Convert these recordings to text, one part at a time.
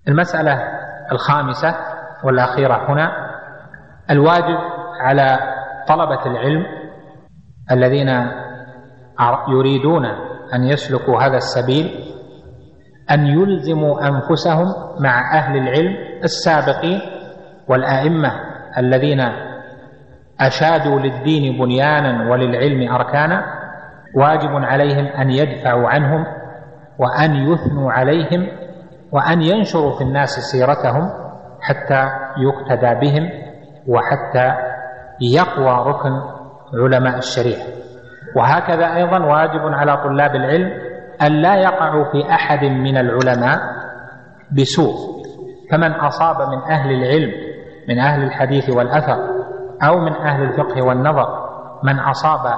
المسألة الخامسة والأخيرة هنا: الواجب على طلبة العلم الذين يريدون أن يسلكوا هذا السبيل أن يلزموا أنفسهم مع أهل العلم السابقين والأئمة الذين أشادوا للدين بنيانا وللعلم أركانا. واجب عليهم أن يدفعوا عنهم وأن يثنوا عليهم وأن ينشروا في الناس سيرتهم حتى يقتدى بهم وحتى يقوى ركن علماء الشريعة. وهكذا أيضا واجب على طلاب العلم أن لا يقعوا في أحد من العلماء بسوء، فمن أصاب من أهل العلم من أهل الحديث والأثر أو من أهل الفقه والنظر من أصاب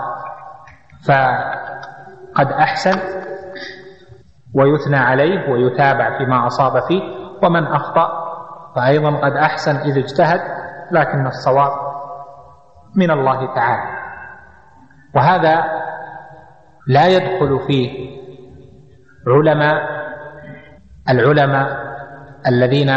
فقد أحسن ويثنى عليه ويتابع فيما أصاب فيه، ومن أخطأ فأيضا قد أحسن إذ اجتهد، لكن الصواب من الله تعالى. وهذا لا يدخل فيه العلماء الذين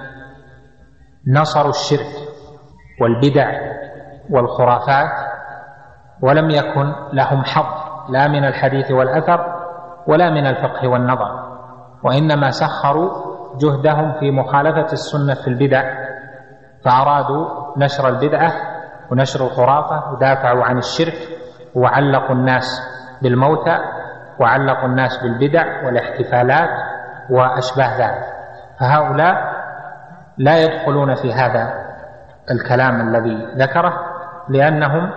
نصروا الشرك والبدع والخرافات ولم يكن لهم حظ لا من الحديث والأثر ولا من الفقه والنظر، وإنما سخروا جهدهم في مخالفة السنة في البدع، فأرادوا نشر البدعة ونشر الخرافة ودافعوا عن الشرك وعلقوا الناس بالموتى وعلقوا الناس بالبدع والاحتفالات وأشباه ذلك. فهؤلاء لا يدخلون في هذا الكلام الذي ذكره، لأنهم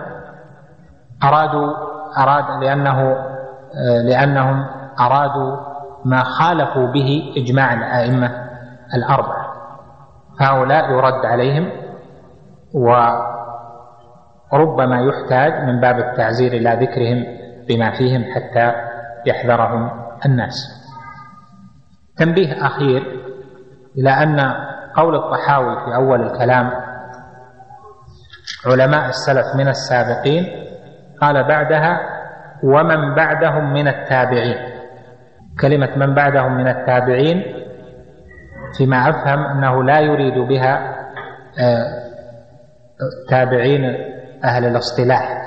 أرادوا ما خالفوا به إجماع الأئمة الأربعة. هؤلاء يرد عليهم، وربما يحتاج من باب التعزير إلى ذكرهم بما فيهم حتى يحذرهم الناس. تنبيه أخير إلى أن قول الطحاوي في أول الكلام علماء السلف من السابقين، قال بعدها ومن بعدهم من التابعين. كلمة من بعدهم من التابعين فيما أفهم أنه لا يريد بها تابعين أهل الاصطلاح،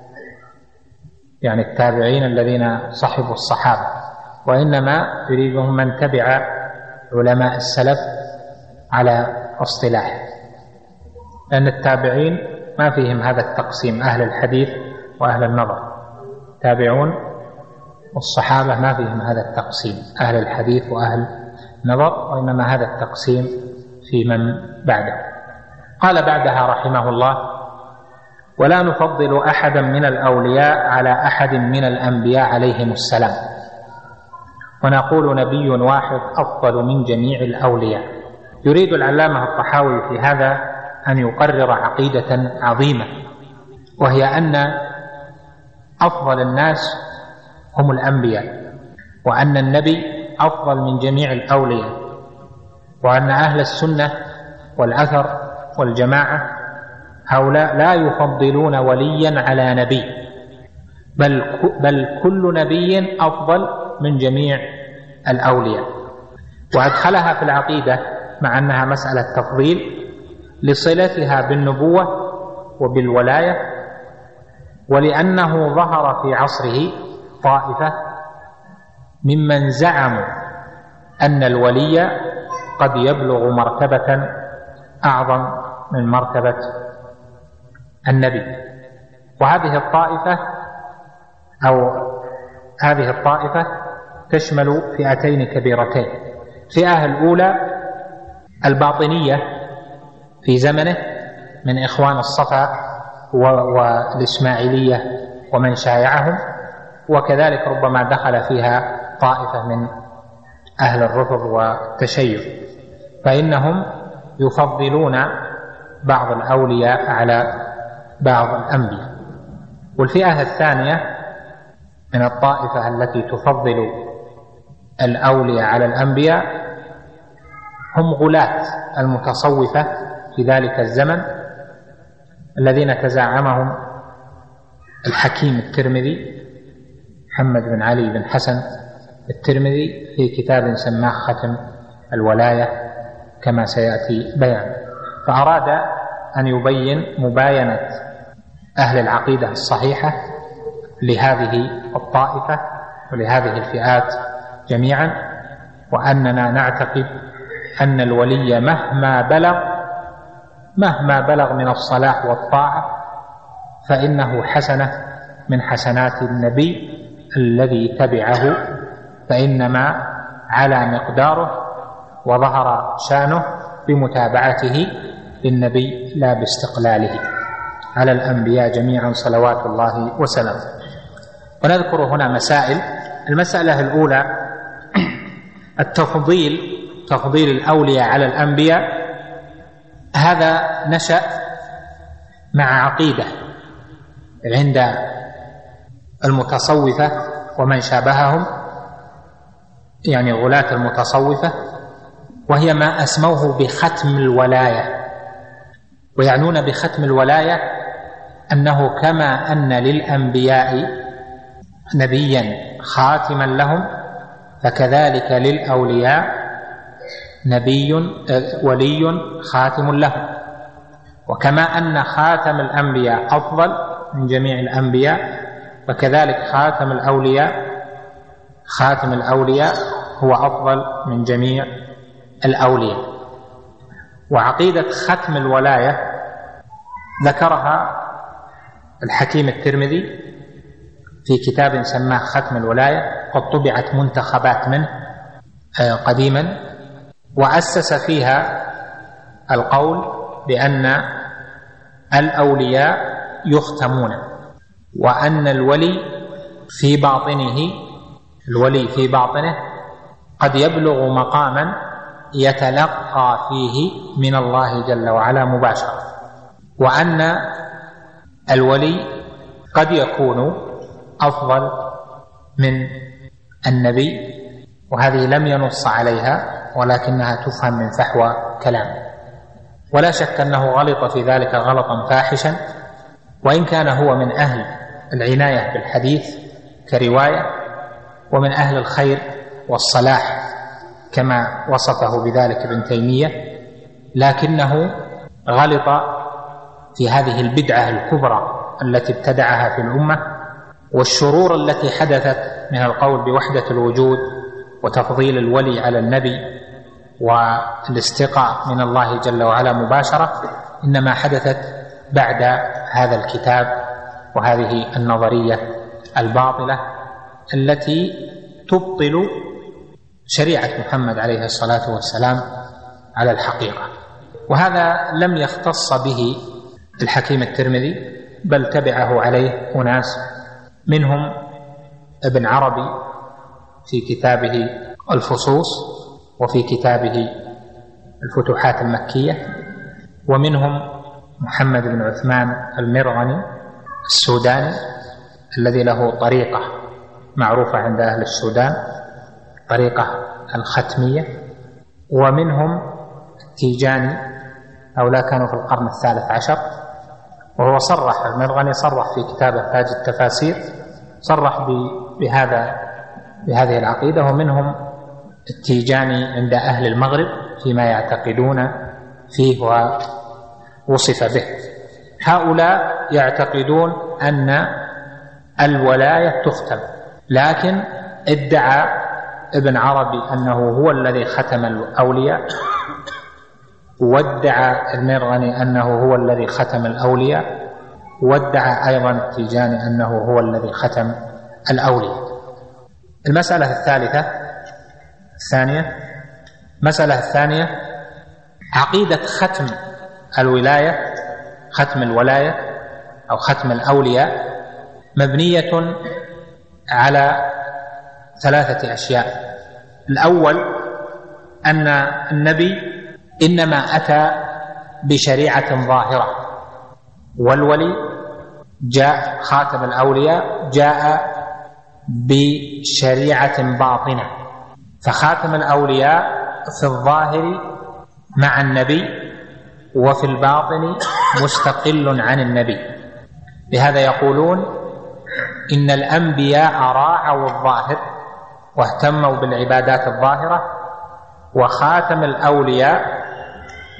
يعني التابعين الذين صحبوا الصحابة، وإنما يريدهم من تبع علماء السلف على اصطلاح، لأن التابعين ما فيهم هذا التقسيم، أهل الحديث وأهل النظر. تابعون والصحابة ما فيهم هذا التقسيم، أهل الحديث وأهل النظر، وإنما هذا التقسيم في من بعده. قال بعدها رحمه الله: ولا نفضل أحدا من الأولياء على أحد من الأنبياء عليهم السلام، ونقول نبي واحد أفضل من جميع الأولياء. يريد العلامة الطحاوي في هذا أن يقرر عقيدة عظيمة، وهي أن أفضل الناس هم الأنبياء، وأن النبي أفضل من جميع الأولياء، وأن أهل السنة والأثر والجماعة هؤلاء لا يفضلون وليا على نبي، بل كل نبي أفضل من جميع الأولياء. وأدخلها في العقيدة مع أنها مسألة تفضيل لصلتها بالنبوة وبالولاية، ولأنه ظهر في عصره طائفة ممن زعموا أن الولي قد يبلغ مرتبة أعظم من مرتبة النبي. وهذه الطائفة تشمل فئتين كبيرتين. الفئة الأولى الباطنية في زمنه من إخوان الصفا والإسماعيلية ومن شايعهم، وكذلك ربما دخل فيها طائفة من أهل الرفض والتشيع، فإنهم يفضلون بعض الأولياء على بعض الأنبياء. والفئة الثانية من الطائفة التي تفضل الأولياء على الأنبياء هم غلاة المتصوفة في ذلك الزمن، الذين تزعمهم الحكيم الترمذي محمد بن علي بن حسن الترمذي في كتاب سماه ختم الولاية كما سيأتي بيان. فأراد أن يبين مباينة أهل العقيدة الصحيحة لهذه الطائفة ولهذه الفئات جميعا، وأننا نعتقد أن الولي مهما بلغ من الصلاح والطاعة فإنه حسنة من حسنات النبي الذي تبعه، فإنما على مقداره وظهر شانه بمتابعته للنبي لا باستقلاله، على الأنبياء جميعا صلوات الله وسلامه. ونذكر هنا مسائل. المسألة الأولى تفضيل الأولياء على الأنبياء. هذا نشأ مع عقيدة عند المتصوفة ومن شابههم، يعني غلاة المتصوفة، وهي ما أسموه بختم الولاية. ويعنون بختم الولاية أنه كما أن للأنبياء نبيا خاتما لهم، فكذلك للأولياء ولي خاتم لهم. وكما أن خاتم الأنبياء أفضل من جميع الأنبياء، فكذلك خاتم الأولياء هو أفضل من جميع الأولياء. وعقيدة ختم الولاية ذكرها الحكيم الترمذي في كتاب سماه ختم الولاية، قد طبعت منتخبات منه قديما، وأسس فيها القول بأن الأولياء يختمون، وأن الولي في باطنه قد يبلغ مقاما يتلقى فيه من الله جل وعلا مباشرة، وأن الولي قد يكون أفضل من النبي، وهذه لم ينص عليها ولكنها تفهم من فحوى كلامه. ولا شك أنه غلط في ذلك غلطا فاحشا، وإن كان هو من أهل العناية بالحديث كرواية، ومن أهل الخير والصلاح كما وصفه بذلك ابن تيمية، لكنه غلط في هذه البدعة الكبرى التي ابتدعها في الأمة، والشرور التي حدثت من القول بوحدة الوجود وتفضيل الولي على النبي والاستقاء من الله جل وعلا مباشرة، إنما حدثت بعد هذا الكتاب وهذه النظرية الباطلة التي تبطل شريعة محمد عليه الصلاة والسلام على الحقيقة. وهذا لم يختص به الحكيم الترمذي، بل تبعه عليه أناس، منهم ابن عربي في كتابه الفصوص وفي كتابه الفتوحات المكية، ومنهم محمد بن عثمان المرغني السوداني الذي له طريقة معروفة عند أهل السودان، طريقة الختمية، ومنهم التيجاني، هؤلاء كانوا في القرن ال13، وهو صرح المرغني صرح في كتابه تاج التفاسير، صرح بهذه العقيدة. ومنهم التيجاني عند أهل المغرب فيما يعتقدون فيه ووصف به. هؤلاء يعتقدون أن الولاية تختم، لكن ادعى ابن عربي أنه هو الذي ختم الأولياء، وادعى المرغني أنه هو الذي ختم الأولياء، وادعى أيضا التيجاني أنه هو الذي ختم الأولياء. المسألة الثانية عقيدة ختم الولاية أو ختم الأولياء مبنية على 3 أشياء. الأول أن النبي إنما أتى بشريعة ظاهرة، والولي جاء خاتم الأولياء جاء بشريعة باطنة، فخاتم الأولياء في الظاهر مع النبي وفي الباطن مستقل عن النبي. لهذا يقولون إن الأنبياء راعوا الظاهر واهتموا بالعبادات الظاهرة، وخاتم الأولياء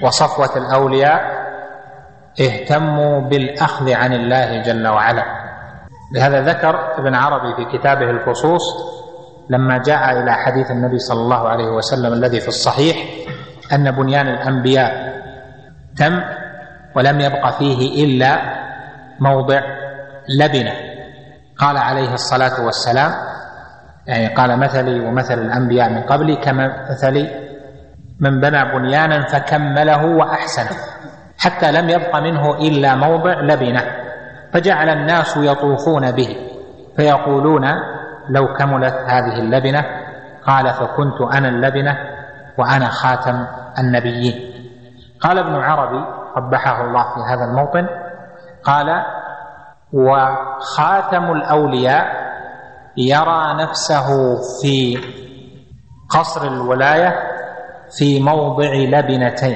وصفوة الأولياء اهتموا بالأخذ عن الله جل وعلا. لهذا ذكر ابن عربي في كتابه الفصوص لما جاء إلى حديث النبي صلى الله عليه وسلم الذي في الصحيح أن بنيان الأنبياء تم ولم يبق فيه إلا موضع لبنة. قال عليه الصلاة والسلام، يعني قال مثلي ومثل الأنبياء من قبلي كمثل من بنى بنيانا فكمله وأحسنه حتى لم يبق منه إلا موضع لبنة، فجعل الناس يطوفون به فيقولون لو كملت هذه اللبنة. قال فكنت أنا اللبنة وأنا خاتم النبيين. قال ابن عربي قبحه الله في هذا الموطن، قال وخاتم الأولياء يرى نفسه في قصر الولاية في موضع لبنتين،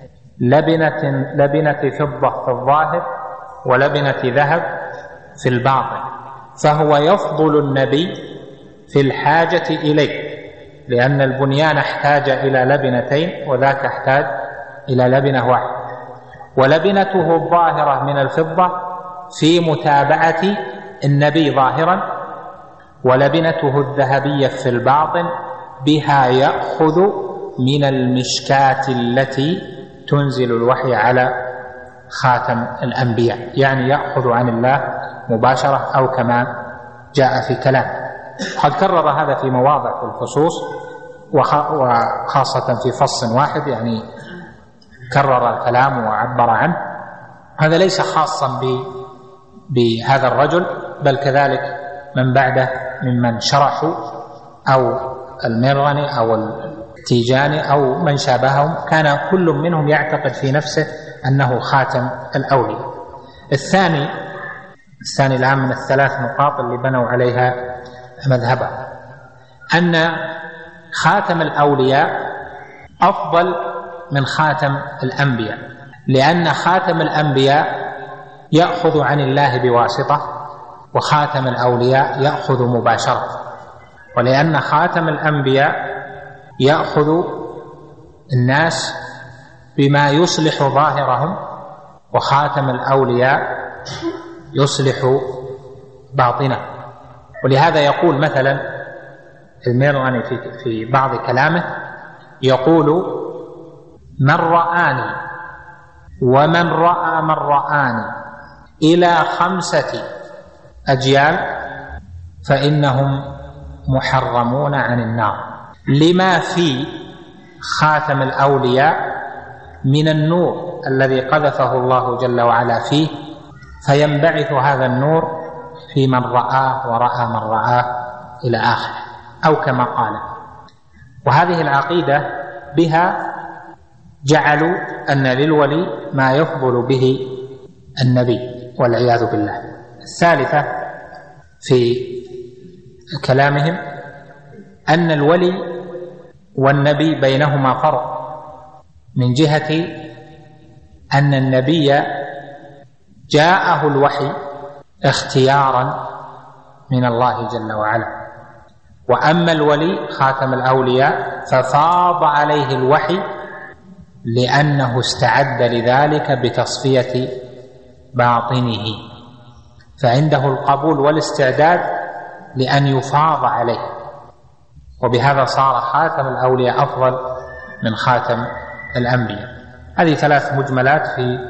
لبنة فضة في الظاهر ولبنة ذهب في الباطن، فهو يفضل النبي في الحاجة إليه، لأن البنيان احتاج إلى لبنتين وذاك احتاج إلى لبنة واحدة. ولبنته الظاهرة من الفضة في متابعة النبي ظاهرا، ولبنته الذهبية في الباطن بها يأخذ من المشكاة التي تنزل الوحي على خاتم الأنبياء، يعني يأخذ عن الله مباشرة أو كما جاء في كلام. قد كرر هذا في مواضع في الفصوص وخاصة في فصل واحد، يعني كرر الكلام وعبر عنه. هذا ليس خاصا بهذا الرجل، بل كذلك من بعده ممن شرحوا أو المرغني أو التيجاني أو من شابههم، كان كل منهم يعتقد في نفسه أنه خاتم الأولياء. الثاني الآن من الثلاث نقاط اللي بنوا عليها مذهبه، أن خاتم الأولياء أفضل من خاتم الأنبياء، لأن خاتم الأنبياء يأخذ عن الله بواسطة، وخاتم الأولياء يأخذ مباشرة. ولأن خاتم الأنبياء يأخذ الناس بما يصلح ظاهرهم، وخاتم الأولياء يصلح باطنه. ولهذا يقول مثلا المرغني في بعض كلامه، يقول من رآني ومن رأى من رآني إلى 5 أجيال فإنهم محرمون عن النار، لما في خاتم الأولياء من النور الذي قذفه الله جل وعلا فيه، فينبعث هذا النور في من رآه ورأى من رآه إلى آخره، أو كما قال. وهذه العقيدة بها جعلوا أن للولي ما يفضل به النبي والعياذ بالله. الثالثة في كلامهم أن الولي والنبي بينهما فرق، من جهة أن النبي جاءه الوحي اختيارا من الله جل وعلا، وأما الولي خاتم الأولياء ففاض عليه الوحي لأنه استعد لذلك بتصفية باطنه، فعنده القبول والاستعداد لأن يفاض عليه، وبهذا صار خاتم الأولياء أفضل من خاتم الأنبياء. هذه 3 مجملات في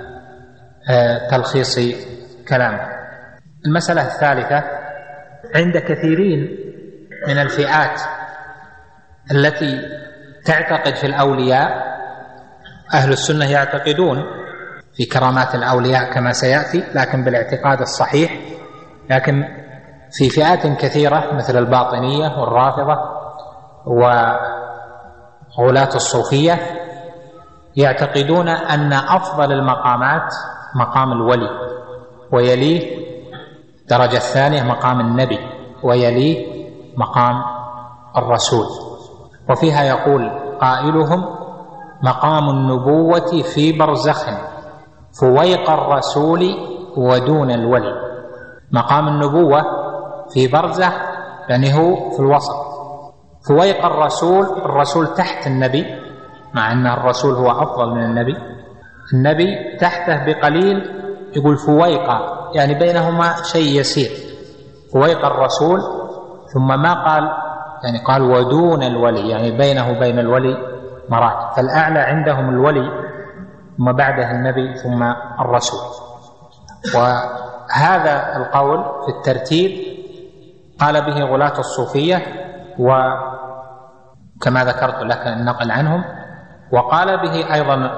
تلخيص كلامه. المسألة الثالثة، عند كثيرين من الفئات التي تعتقد في الأولياء، أهل السنة يعتقدون في كرامات الأولياء كما سيأتي، لكن بالاعتقاد الصحيح. لكن في فئات كثيرة مثل الباطنية والرافضة وغلاة الصوفية يعتقدون أن أفضل المقامات مقام الولي، ويليه الدرجة الثانية مقام النبي، ويليه مقام الرسول. وفيها يقول قائلهم مقام النبوة في برزخ فويق الرسول ودون الولي. مقام النبوة في برزخ يعني هو في الوسط، فويق الرسول تحت النبي مع أن الرسول هو أفضل من النبي. النبي تحته بقليل يقول فويقة، يعني بينهما شيء يسير، فويق الرسول، ثم ما قال يعني قال ودون الولي، يعني بينه وبين الولي مراتب، فالأعلى عندهم الولي ثم بعده النبي ثم الرسول. وهذا القول في الترتيب قال به غلاة الصوفية، وكما ذكرت لك النقل عنهم، وقال به أيضا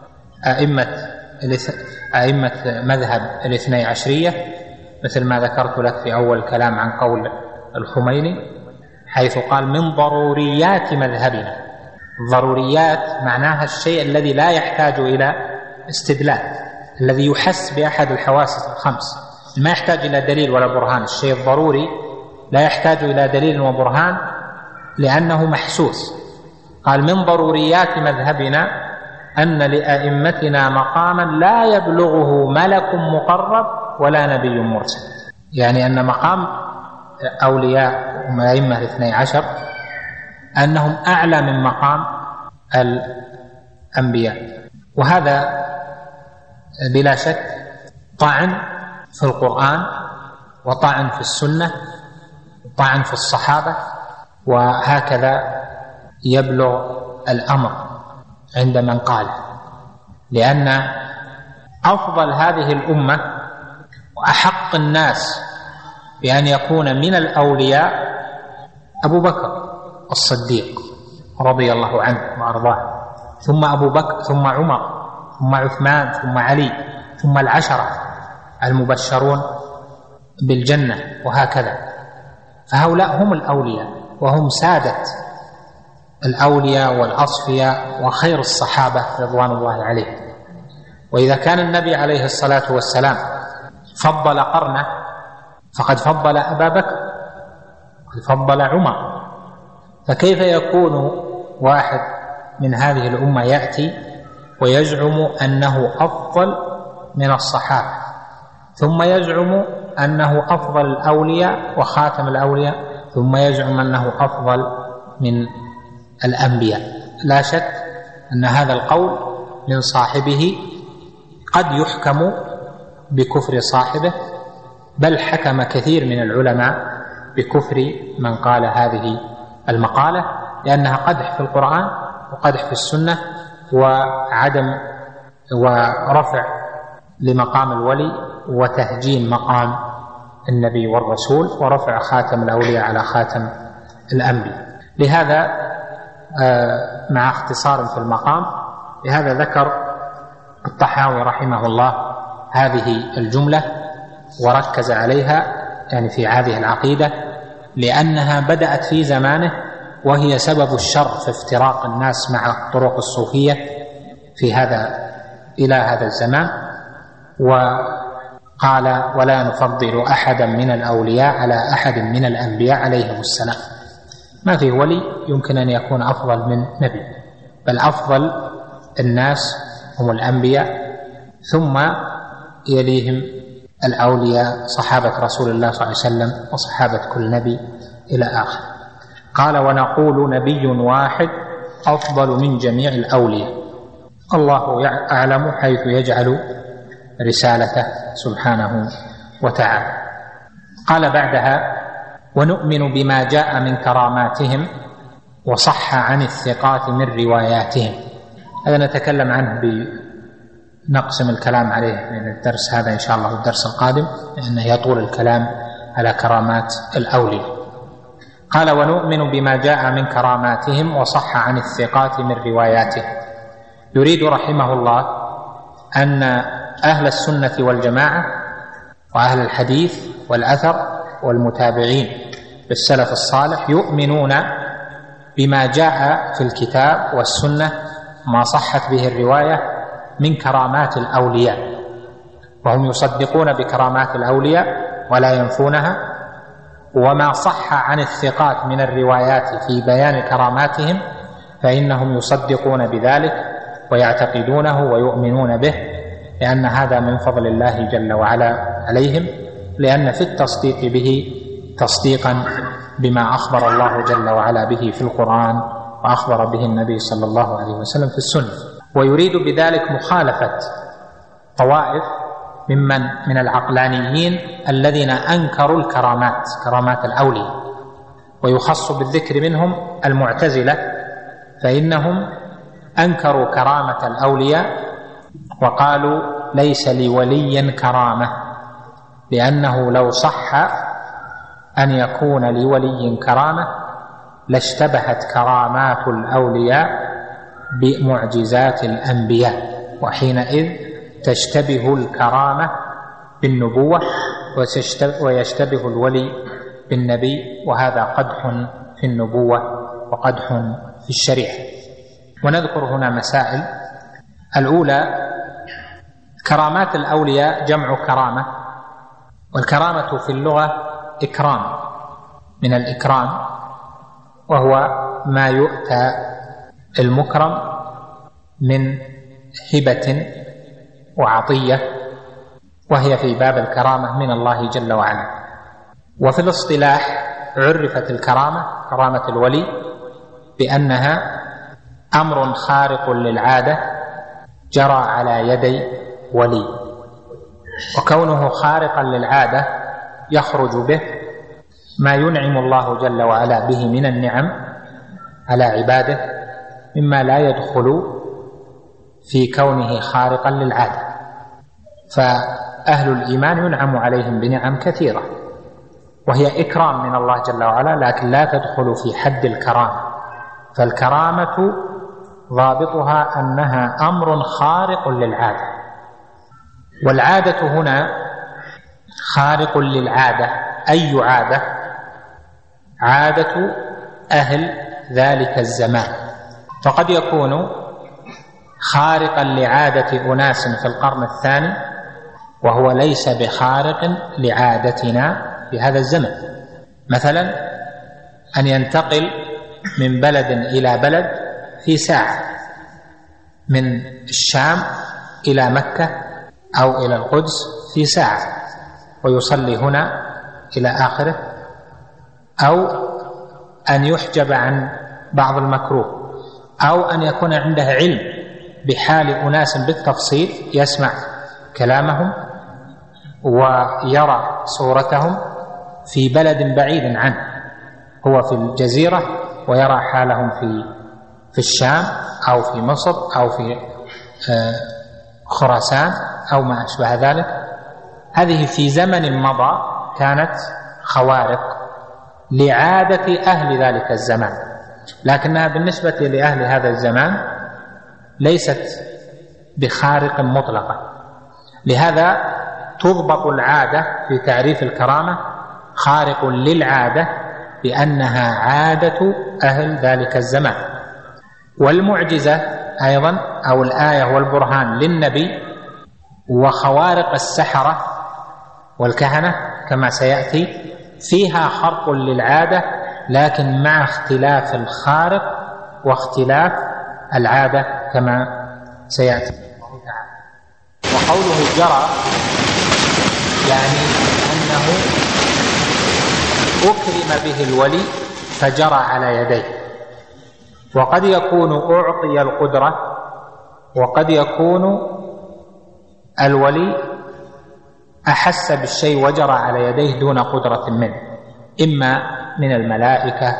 أئمة مذهب الاثني عشرية، مثل ما ذكرت لك في أول الكلام عن قول الخميني حيث قال من ضروريات مذهبنا. الضروريات معناها الشيء الذي لا يحتاج إلى استدلال، الذي يحس بأحد الحواس الخمس، ما يحتاج إلى دليل ولا برهان. الشيء الضروري لا يحتاج إلى دليل وبرهان لأنه محسوس. قال من ضروريات مذهبنا أن لأئمتنا مقاما لا يبلغه ملك مقرب ولا نبي مرسل، يعني أن مقام أولياء وأئمة الاثني عشر أنهم أعلى من مقام الأنبياء. وهذا بلا شك طعن في القرآن وطعن في السنة وطعن في الصحابة، وهكذا يبلغ الأمر عند من قال، لأن أفضل هذه الأمة وأحق الناس بأن يكون من الأولياء أبو بكر الصديق رضي الله عنه وأرضاه، ثم أبو بكر، ثم عمر، ثم عثمان، ثم علي، ثم العشرة المبشرون بالجنة، وهكذا. فهؤلاء هم الأولياء وهم سادة الأولياء والأصفياء وخير الصحابة رضوان الله عليهم. وإذا كان النبي عليه الصلاة والسلام فضل قرنه فقد فضل أبا بكر، قد فضل عمر، فكيف يكون واحد من هذه الأمة يأتي ويزعم أنه أفضل من الصحابة، ثم يزعم أنه أفضل الأولياء وخاتم الأولياء، ثم يزعم أنه أفضل من الأنبياء؟ لا شك أن هذا القول من صاحبه قد يحكم بكفر صاحبه، بل حكم كثير من العلماء بكفر من قال هذه المقالة، لأنها قدح في القرآن وقدح في السنة وعدم ورفع لمقام الولي وتهجين مقام النبي والرسول ورفع خاتم الأولياء على خاتم الأنبياء. لهذا مع اختصار في المقام، لهذا ذكر الطحاوي رحمه الله هذه الجملة وركز عليها يعني في هذه العقيدة، لأنها بدأت في زمانه وهي سبب الشر في افتراق الناس مع طرق الصوفية في إلى هذا الزمان. وقال ولا نفضل أحدا من الأولياء على أحد من الأنبياء عليهم السلام. ما في ولي يمكن أن يكون أفضل من نبي، بل أفضل الناس هم الأنبياء، ثم يليهم الأولياء صحابة رسول الله صلى الله عليه وسلم وصحابة كل نبي إلى آخر. قال ونقول نبي واحد أفضل من جميع الأولياء، الله أعلم حيث يجعل رسالته سبحانه وتعالى. قال بعدها ونؤمن بما جاء من كراماتهم وصح عن الثقات من رواياتهم. هذا نتكلم عنه نقسم الكلام عليه من الدرس هذا إن شاء الله الدرس القادم، لأنه يطول الكلام على كرامات الأولياء. قال ونؤمن بما جاء من كراماتهم وصح عن الثقات من رواياتهم. يريد رحمه الله أن أهل السنة والجماعة وأهل الحديث والأثر والمتابعين بالسلف الصالح يؤمنون بما جاء في الكتاب والسنة ما صحت به الرواية من كرامات الأولياء، وهم يصدقون بكرامات الأولياء ولا ينفونها، وما صح عن الثقات من الروايات في بيان كراماتهم فإنهم يصدقون بذلك ويعتقدونه ويؤمنون به، لأن هذا من فضل الله جل وعلا عليهم، لأن في التصديق به تصديقا بما أخبر الله جل وعلا به في القرآن وأخبر به النبي صلى الله عليه وسلم في السنة. ويريد بذلك مخالفة طوائف من العقلانيين الذين أنكروا الكرامات، كرامات الأولياء، ويخص بالذكر منهم المعتزلة، فإنهم أنكروا كرامة الأولياء وقالوا ليس لولي كرامة، لأنه لو صح أن يكون لولي كرامة لاشتبهت كرامات الأولياء بمعجزات الأنبياء، وحينئذ تشتبه الكرامة بالنبوة ويشتبه الولي بالنبي، وهذا قدح في النبوة وقدح في الشريعة. ونذكر هنا مسائل. الأولى: كرامات الأولياء جمع كرامة، والكرامة في اللغة إكرام، من الإكرام، وهو ما يؤتى المكرم من هبة وعطية، وهي في باب الكرامة من الله جل وعلا. وفي الاصطلاح عرفت الكرامة، كرامة الولي، بأنها أمر خارق للعادة جرى على يدي ولي، وكونه خارقا للعادة يخرج به ما ينعم الله جل وعلا به من النعم على عباده، مما لا يدخل في كونه خارقا للعادة. فأهل الإيمان ينعم عليهم بنعم كثيرة، وهي إكرام من الله جل وعلا، لكن لا تدخل في حد الكرامة. فالكرامة ضابطها أنها أمر خارق للعادة، والعادة هنا خارق للعادة. أي عادة؟ عادة أهل ذلك الزمان، فقد يكون خارقا لعادة أناس في القرن الثاني وهو ليس بخارق لعادتنا في هذا الزمن. مثلا أن ينتقل من بلد إلى بلد في ساعة، من الشام إلى مكة أو إلى القدس في ساعة، ويصلي هنا إلى آخره، أو أن يحجب عن بعض المكروه، أو أن يكون عنده علم بحال أناس بالتفصيل، يسمع كلامهم ويرى صورتهم في بلد بعيد عنه، هو في الجزيرة ويرى حالهم في الشام أو في مصر أو في خراسان أو ما أشبه ذلك. هذه في زمن مضى كانت خوارق لعادة أهل ذلك الزمان، لكنها بالنسبة لأهل هذا الزمان ليست بخارق مطلقة. لهذا تضبط العادة في تعريف الكرامة خارق للعادة بأنها عادة أهل ذلك الزمان. والمعجزة أيضا أو الآية والبرهان للنبي وخوارق السحرة والكهنة كما سيأتي فيها خرق للعادة، لكن مع اختلاف الخارق واختلاف العادة كما سيأتي. وقوله جرى يعني أنه أكرم به الولي فجرى على يديه. وقد يكون أعطي القدرة، وقد يكون الولي أحس بالشيء وجرى على يديه دون قدرة منه، إما من الملائكة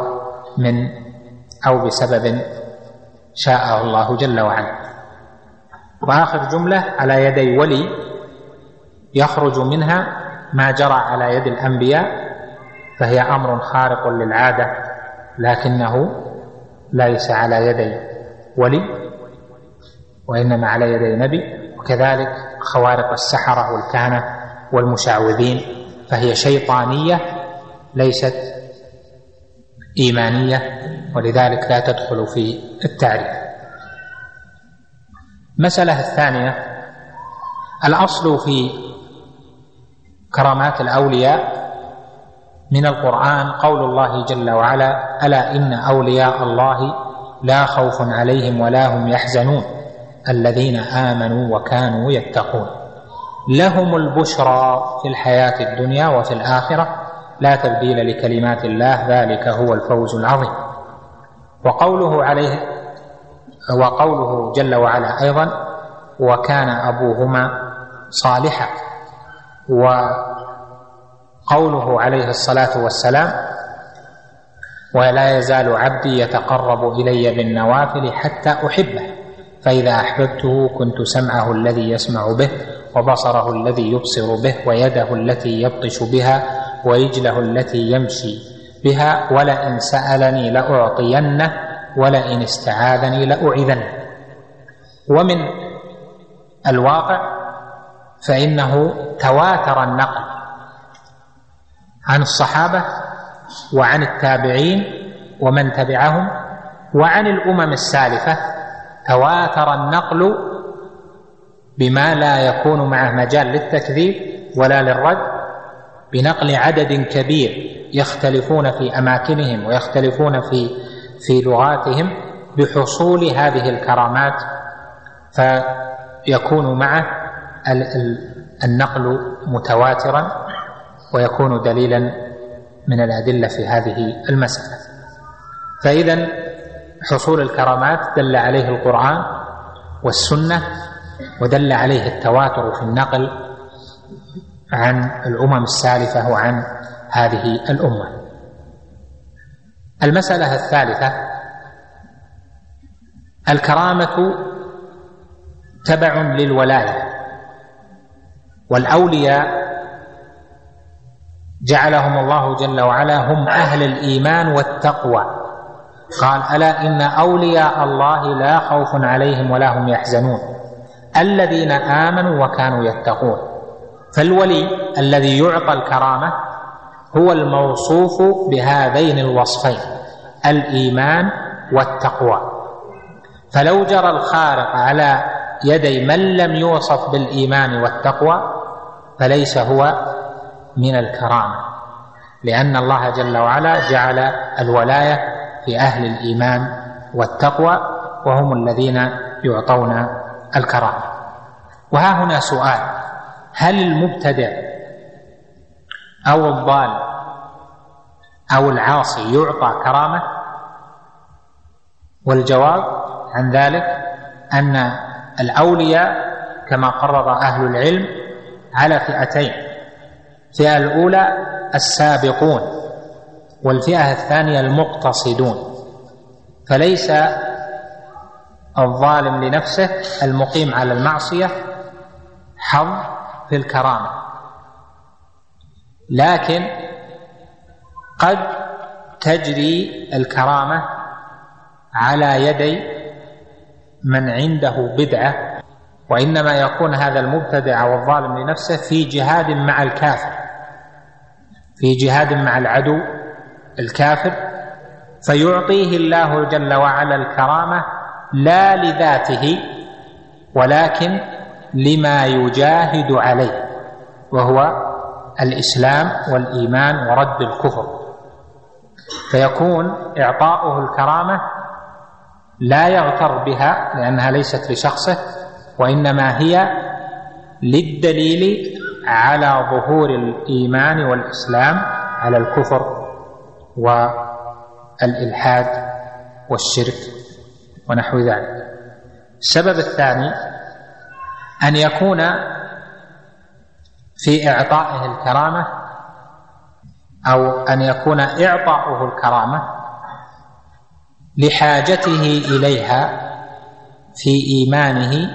أو بسبب شاء الله جل وعلا. وآخر جملة على يدي ولي يخرج منها ما جرى على يد الأنبياء، فهي أمر خارق للعادة لكنه ليس على يدي ولي وإنما على يدي نبي. وكذلك خوارق السحرة والكهنة والمشعوذين فهي شيطانية ليست إيمانية، ولذلك لا تدخل في التعريف. مسألة الثانية: الأصل في كرامات الأولياء من القرآن قول الله جل وعلا: ألا إن أولياء الله لا خوف عليهم ولا هم يحزنون الذين آمنوا وكانوا يتقون لهم البشرى في الحياة الدنيا وفي الآخرة لا تبديل لكلمات الله ذلك هو الفوز العظيم. وقوله جل وعلا أيضا وكان أبوهما صالحا، وقوله عليه الصلاة والسلام ولا يزال عبدي يتقرب إلي بالنوافل حتى أحبه فإذا أحببته كنت سمعه الذي يسمع به وبصره الذي يبصر به ويده التي يبطش بها ورجله التي يمشي بها ولئن سألني لأعطينه ولئن استعاذني لأعيذنه. ومن الواقع فإنه تواتر النقل عن الصحابة وعن التابعين ومن تبعهم وعن الأمم السالفة، تواتر النقل بما لا يكون معه مجال للتكذيب ولا للرد، بنقل عدد كبير يختلفون في أماكنهم ويختلفون في لغاتهم بحصول هذه الكرامات، فيكون معه النقل متواترا ويكون دليلا من الأدلة في هذه المسألة. فإذا حصول الكرامات دل عليه القرآن والسنة، ودل عليه التواتر في النقل عن الأمم السالفة وعن هذه الأمة. المسألة الثالثة: الكرامة تبع للولاية، والأولياء جعلهم الله جل وعلا هم أهل الإيمان والتقوى، قال ألا إن أولياء الله لا خوف عليهم ولا هم يحزنون الذين آمنوا وكانوا يتقون. فالولي الذي يعطى الكرامة هو الموصوف بهذين الوصفين الإيمان والتقوى، فلو جرى الخارق على يدي من لم يوصف بالإيمان والتقوى فليس هو من الكرامة، لأن الله جل وعلا جعل الولاية في أهل الإيمان والتقوى وهم الذين يعطون الكرامة. وها هنا سؤال: هل المبتدع أو الضال أو العاصي يعطى كرامة؟ والجواب عن ذلك أن الأولياء كما قرر أهل العلم على فئتين: الفئة الأولى السابقون، والفئة الثانية المقتصدون. فليس الظالم لنفسه المقيم على المعصية حظ في الكرامة، لكن قد تجري الكرامة على يدي من عنده بدعة، وإنما يكون هذا المبتدع والظالم لنفسه في جهاد مع الكافر، في جهاد مع العدو الكافر، فيعطيه الله جل وعلا الكرامة لا لذاته ولكن لما يجاهد عليه، وهو الإسلام والإيمان ورد الكفر. فيكون إعطاؤه الكرامة لا يغتر بها لأنها ليست لشخصه، وإنما هي للدليل على ظهور الإيمان والإسلام على الكفر والإلحاد والشرك ونحو ذلك. السبب الثاني أن يكون في إعطائه الكرامة أو أن يكون إعطاؤه الكرامة لحاجته إليها في إيمانه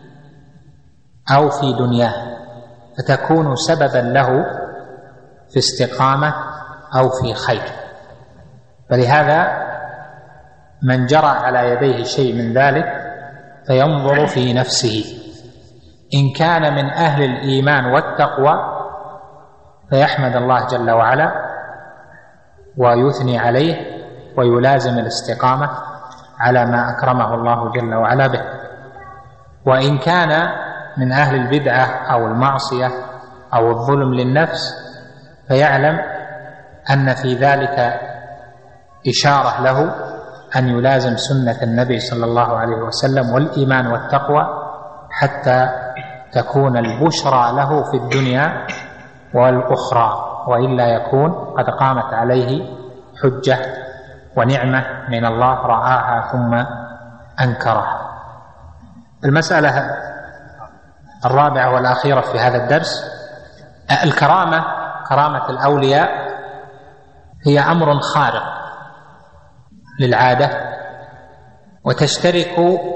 أو في دنياه، فتكون سببا له في استقامة أو في خير. فلهذا من جرى على يديه شيء من ذلك فينظر في نفسه، إن كان من أهل الإيمان والتقوى فيحمد الله جل وعلا ويثني عليه ويلازم الاستقامة على ما أكرمه الله جل وعلا به. وإن كان من أهل البدعة أو المعصية أو الظلم للنفس فيعلم أن في ذلك إشارة له أن يلازم سنة النبي صلى الله عليه وسلم والإيمان والتقوى حتى تكون البشرى له في الدنيا والأخرى، وإلا يكون قد قامت عليه حجة ونعمة من الله رآها ثم أنكرها. المسألة الرابعة والأخيرة في هذا الدرس: الكرامة، كرامة الأولياء، هي أمر خارق للعادة، وتشترك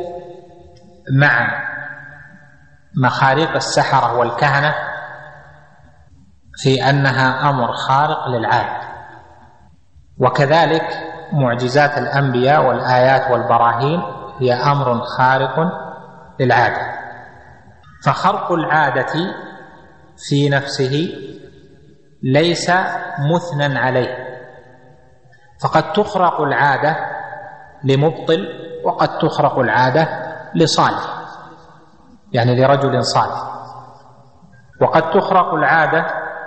مع مخاريق السحرة والكهنة في أنها أمر خارق للعادة، وكذلك معجزات الأنبياء والآيات والبراهين هي أمر خارق للعادة. فخرق العادة في نفسه ليس مثنى عليه، فقد تخرق العادة لمبطل، وقد تخرق العادة لصالح، يعني لرجل صالح، وقد تخرق العادة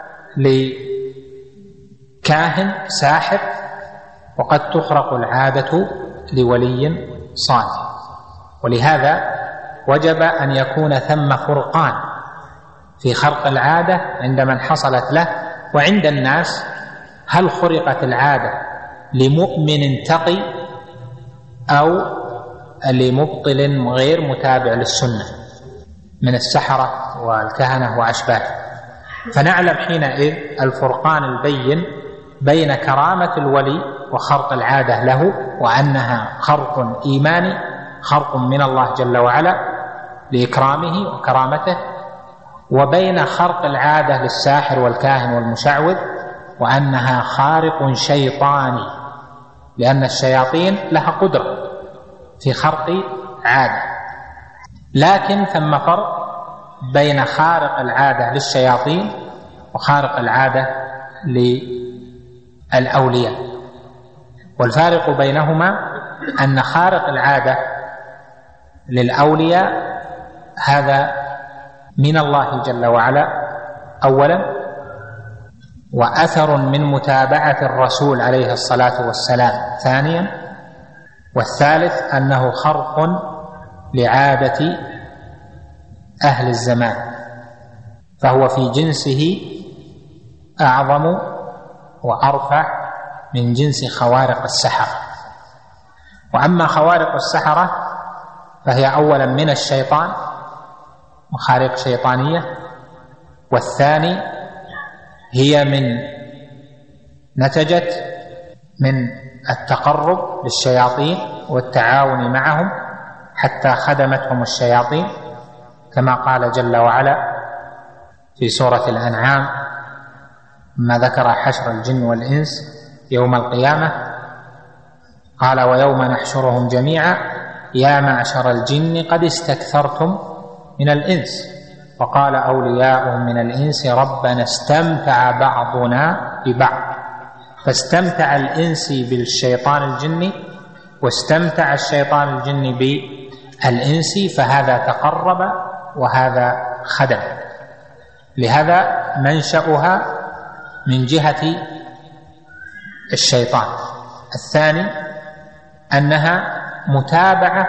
لكاهن ساحر، وقد تخرق العادة لولي صالح. ولهذا وجب أن يكون ثم فرقان في خرق العادة عند من حصلت له وعند الناس. هل خرقت العادة لمؤمن تقي أو لمبطل غير متابع للسنة من السحرة والكهنة وأشباهه؟ فنعلم حينئذ الفرقان البين بين كرامة الولي وخرق العادة له، وأنها خرق إيماني، خرق من الله جل وعلا لإكرامه وكرامته، وبين خرق العادة للساحر والكاهن والمشعوذ، وأنها خارق شيطاني، لأن الشياطين لها قدرة في خرق عادة. لكن ثم فرق بين خارق العادة للشياطين وخارق العادة للأولياء، والفارق بينهما أن خارق العادة للأولياء هذا من الله جل وعلا أولا، وأثر من متابعة الرسول عليه الصلاة والسلام ثانيا، والثالث أنه خرق لعادة أهل الزمان، فهو في جنسه أعظم وأرفع من جنس خوارق السحرة. وأما خوارق السحرة فهي أولا من الشيطان، مخارق شيطانية، والثاني هي نتجت من التقرب للشياطين والتعاون معهم حتى خدمتهم الشياطين، كما قال جل وعلا في سورة الأنعام ما ذكر حشر الجن والإنس يوم القيامة، قال: ويوم نحشرهم جميعا يا معشر الجن قد استكثرتم من الإنس، وقال أولياؤهم من الإنس ربنا استمتع بعضنا ببعض، فاستمتع الإنس بالشيطان الجني واستمتع الشيطان الجني بالإنس، فهذا تقرب وهذا خدم. لهذا منشأها من جهة الشيطان. الثاني أنها متابعة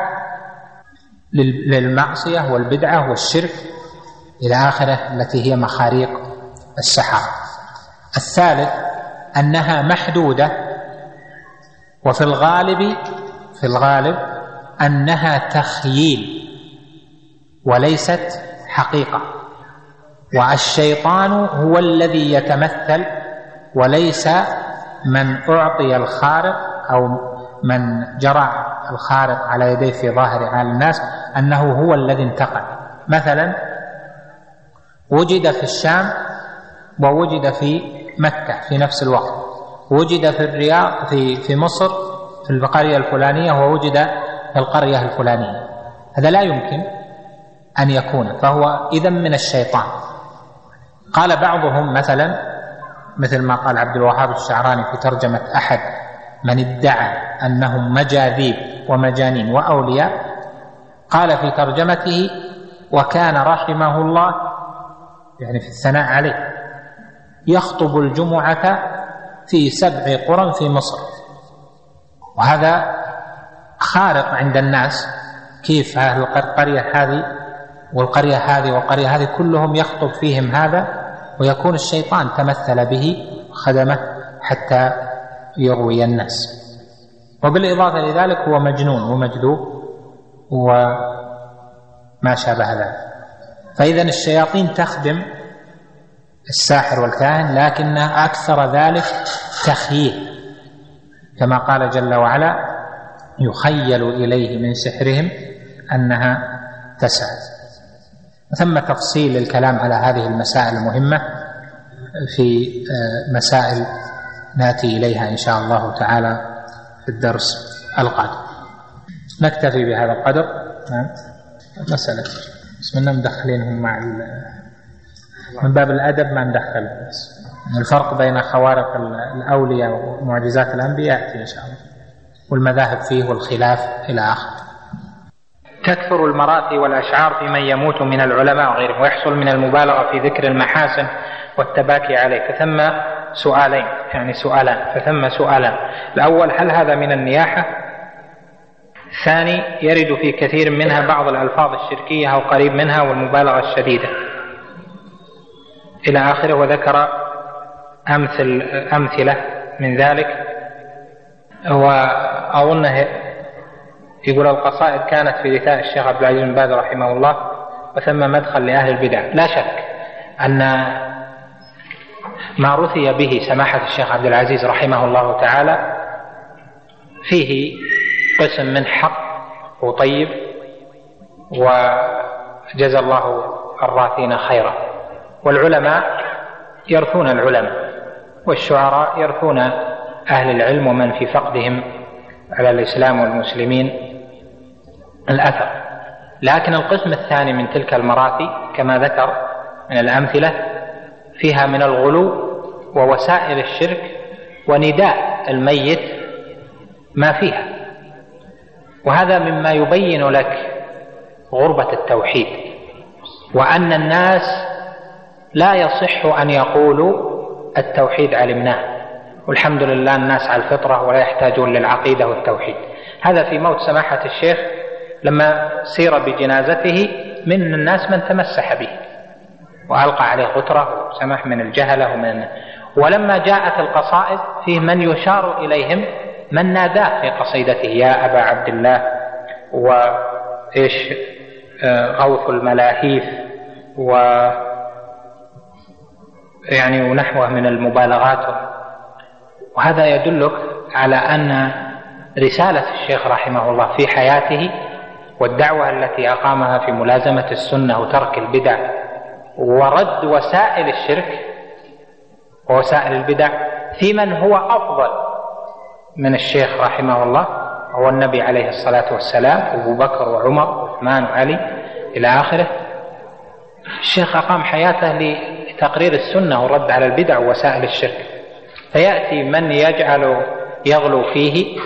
للمعصية والبدعة والشرك إلى آخره التي هي مخاريق السحرة. الثالث أنها محدودة، وفي الغالب أنها تخييل وليست حقيقة، والشيطان هو الذي يتمثل، وليس من أعطي الخارق أو من جرى الخارق على يديه في ظاهر حال الناس أنه هو الذي انتقل. مثلا وجد في الشام ووجد في مكة في نفس الوقت، وجد في الرياض في مصر في القرية الفلانية، ووجد في القرية الفلانية. هذا لا يمكن أن يكون، فهو إذن من الشيطان. قال بعضهم مثلا، مثل ما قال عبد الوهاب الشعراني في ترجمة أحد من ادعى أنهم مجاذيب ومجانين وأولياء، قال في ترجمته: وكان رحمه الله، يعني في الثناء عليه، يخطب الجمعة في 7 قرى في مصر. وهذا خارق عند الناس، كيف أهل القرية هذه والقرية هذه والقرية هذه كلهم يخطب فيهم هذا، ويكون الشيطان تمثل به خدمه حتى يروي الناس. وبالإضافة لذلك هو مجنون ومجذوب وما شابه ذلك. فإذا الشياطين تخدم الساحر والكاهن، لكن أكثر ذلك تخييل، كما قال جل وعلا: يخيل إليه من سحرهم أنها تسعى. ثم تفصيل الكلام على هذه المسائل المهمة في مسائل نأتي إليها إن شاء الله تعالى في الدرس القادم. نكتفي بهذا القدر. مسألة بسم الله مدخلينهم مع من باب الأدب ما ندخل، الفرق بين خوارق الأولياء ومعجزات الأنبياء يأتي إن شاء الله، والمذاهب فيه والخلاف إلى آخر. تكثر المراثي والأشعار في من يموت من العلماء وغيرهم، ويحصل من المبالغة في ذكر المحاسن والتباكي عليه، فثم سؤالين، يعني سؤالان، الأول: هل هذا من النياحة؟ الثاني: يرد في كثير منها بعض الألفاظ الشركية أو قريب منها والمبالغة الشديدة إلى آخره، وذكر أمثلة من ذلك. وأظنه يقول: القصائد كانت في رثاء الشيخ عبد العزيز بن باز رحمه الله، وثم مدخل لأهل البدع. لا شك أن ما رثي به سماحة الشيخ عبد العزيز رحمه الله تعالى فيه قسم من حق وطيب، وجزى الله الراثين خيرا. والعلماء يرثون العلماء، والشعراء يرثون أهل العلم ومن في فقدهم على الإسلام والمسلمين الأثر. لكن القسم الثاني من تلك المراثي كما ذكر من الأمثلة فيها من الغلو ووسائل الشرك ونداء الميت ما فيها، وهذا مما يبين لك غربة التوحيد، وأن الناس لا يصح أن يقولوا التوحيد علمناه والحمد لله الناس على الفطرة ولا يحتاجون للعقيدة والتوحيد. هذا في موت سماحة الشيخ لما سير بجنازته من الناس من تمسح به وألقى عليه غترة وسمح من الجهلة ولما جاءت القصائد فيه من يشار إليهم من ناداه في قصيدته: يا أبا عبد الله، وإيش غوث الملاهيف، يعني ونحوه من المبالغات. وهذا يدلك على أن رسالة الشيخ رحمه الله في حياته والدعوة التي أقامها في ملازمة السنة وترك البدع ورد وسائل الشرك ووسائل البدع في من هو أفضل من الشيخ رحمه الله، هو النبي عليه الصلاة والسلام، أبو بكر وعمر وعثمان وعلي إلى آخره. الشيخ أقام حياته لتقرير السنة والرد على البدع ووسائل الشرك، فيأتي من يغلو فيه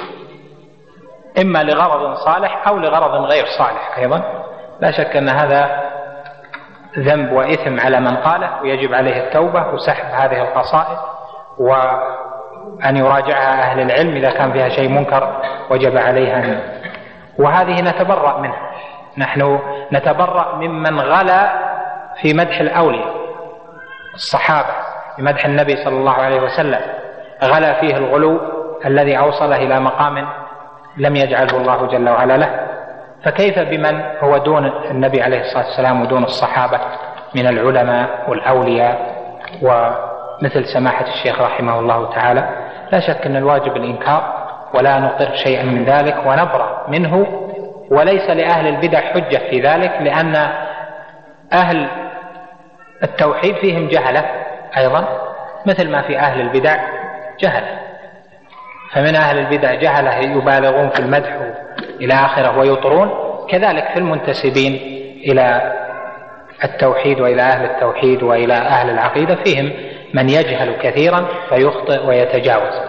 إما لغرض صالح أو لغرض غير صالح أيضا. لا شك أن هذا ذنب وإثم على من قاله، ويجب عليه التوبة وسحب هذه القصائد وأن يراجعها أهل العلم إذا كان فيها شيء منكر وجب عليها وهذه نتبرأ منها. نحن نتبرأ ممن غلا في مدح الأولياء الصحابة، في مدح النبي صلى الله عليه وسلم، غلا فيه الغلو الذي أوصله إلى مقام لم يجعله الله جل وعلا له. فكيف بمن هو دون النبي عليه الصلاة والسلام ودون الصحابة من العلماء والأولياء ومثل سماحة الشيخ رحمه الله تعالى؟ لا شك أن الواجب الإنكار ولا نقر شيئا من ذلك ونبرأ منه، وليس لأهل البدع حجة في ذلك، لأن أهل التوحيد فيهم جهلة أيضا مثل ما في أهل البدع جهلة. فمن أهل البدع جهلة يبالغون في المدح إلى آخره ويطرون، كذلك في المنتسبين إلى التوحيد وإلى أهل التوحيد وإلى أهل العقيدة فيهم من يجهل كثيرا فيخطئ ويتجاوز.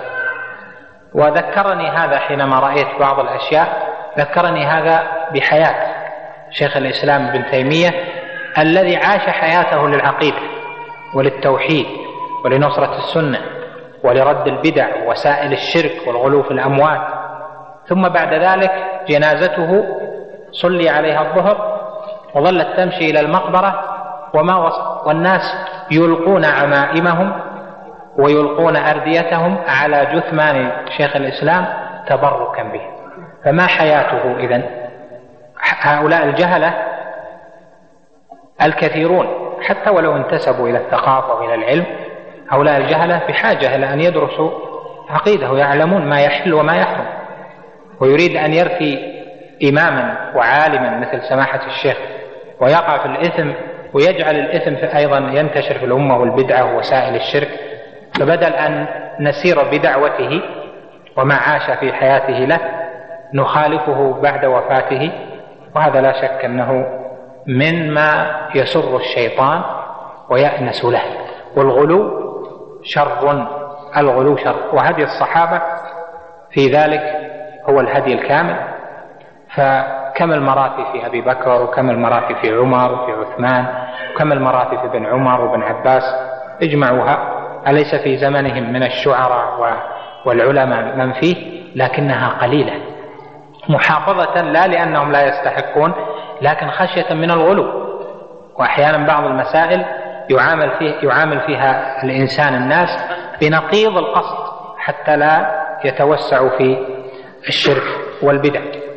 وذكرني هذا حينما رأيت بعض الأشياء، ذكرني هذا بحياة شيخ الإسلام ابن تيمية الذي عاش حياته للعقيدة وللتوحيد ولنصرة السنة ولرد البدع ووسائل الشرك والغلو في الأموات، ثم بعد ذلك جنازته صلي عليها الظهر وظلت تمشي إلى المقبرة والناس يلقون عمائمهم ويلقون أرديتهم على جثمان شيخ الإسلام تبركا به. فما حياته إذن؟ هؤلاء الجهلة الكثيرون حتى ولو انتسبوا إلى الثقافة وإلى العلم، هؤلاء الجهلة بحاجة إلى أن يدرسوا عقيدة ويعلمون ما يحل وما يحرم. ويريد أن يرثي إماما وعالما مثل سماحة الشيخ ويقع في الإثم ويجعل الإثم أيضا ينتشر في الأمة والبدعة ووسائل الشرك، فبدل أن نسير بدعوته وما عاش في حياته له نخالفه بعد وفاته. وهذا لا شك أنه مما يسر الشيطان ويأنس له. والغلو شر، الغلو شر، وهدي الصحابة في ذلك هو الهدي الكامل. فكم المراتب في أبي بكر، وكم المراتب في عمر وفي عثمان، وكم المراتب في ابن عمر وابن عباس، اجمعوها، أليس في زمنهم من الشعراء والعلماء من فيه؟ لكنها قليلة، محافظة لا لأنهم لا يستحقون، لكن خشية من الغلو. وأحيانا بعض المسائل يعامل فيها الإنسان الناس بنقيض القصد حتى لا يتوسعوا في الشرك والبدع.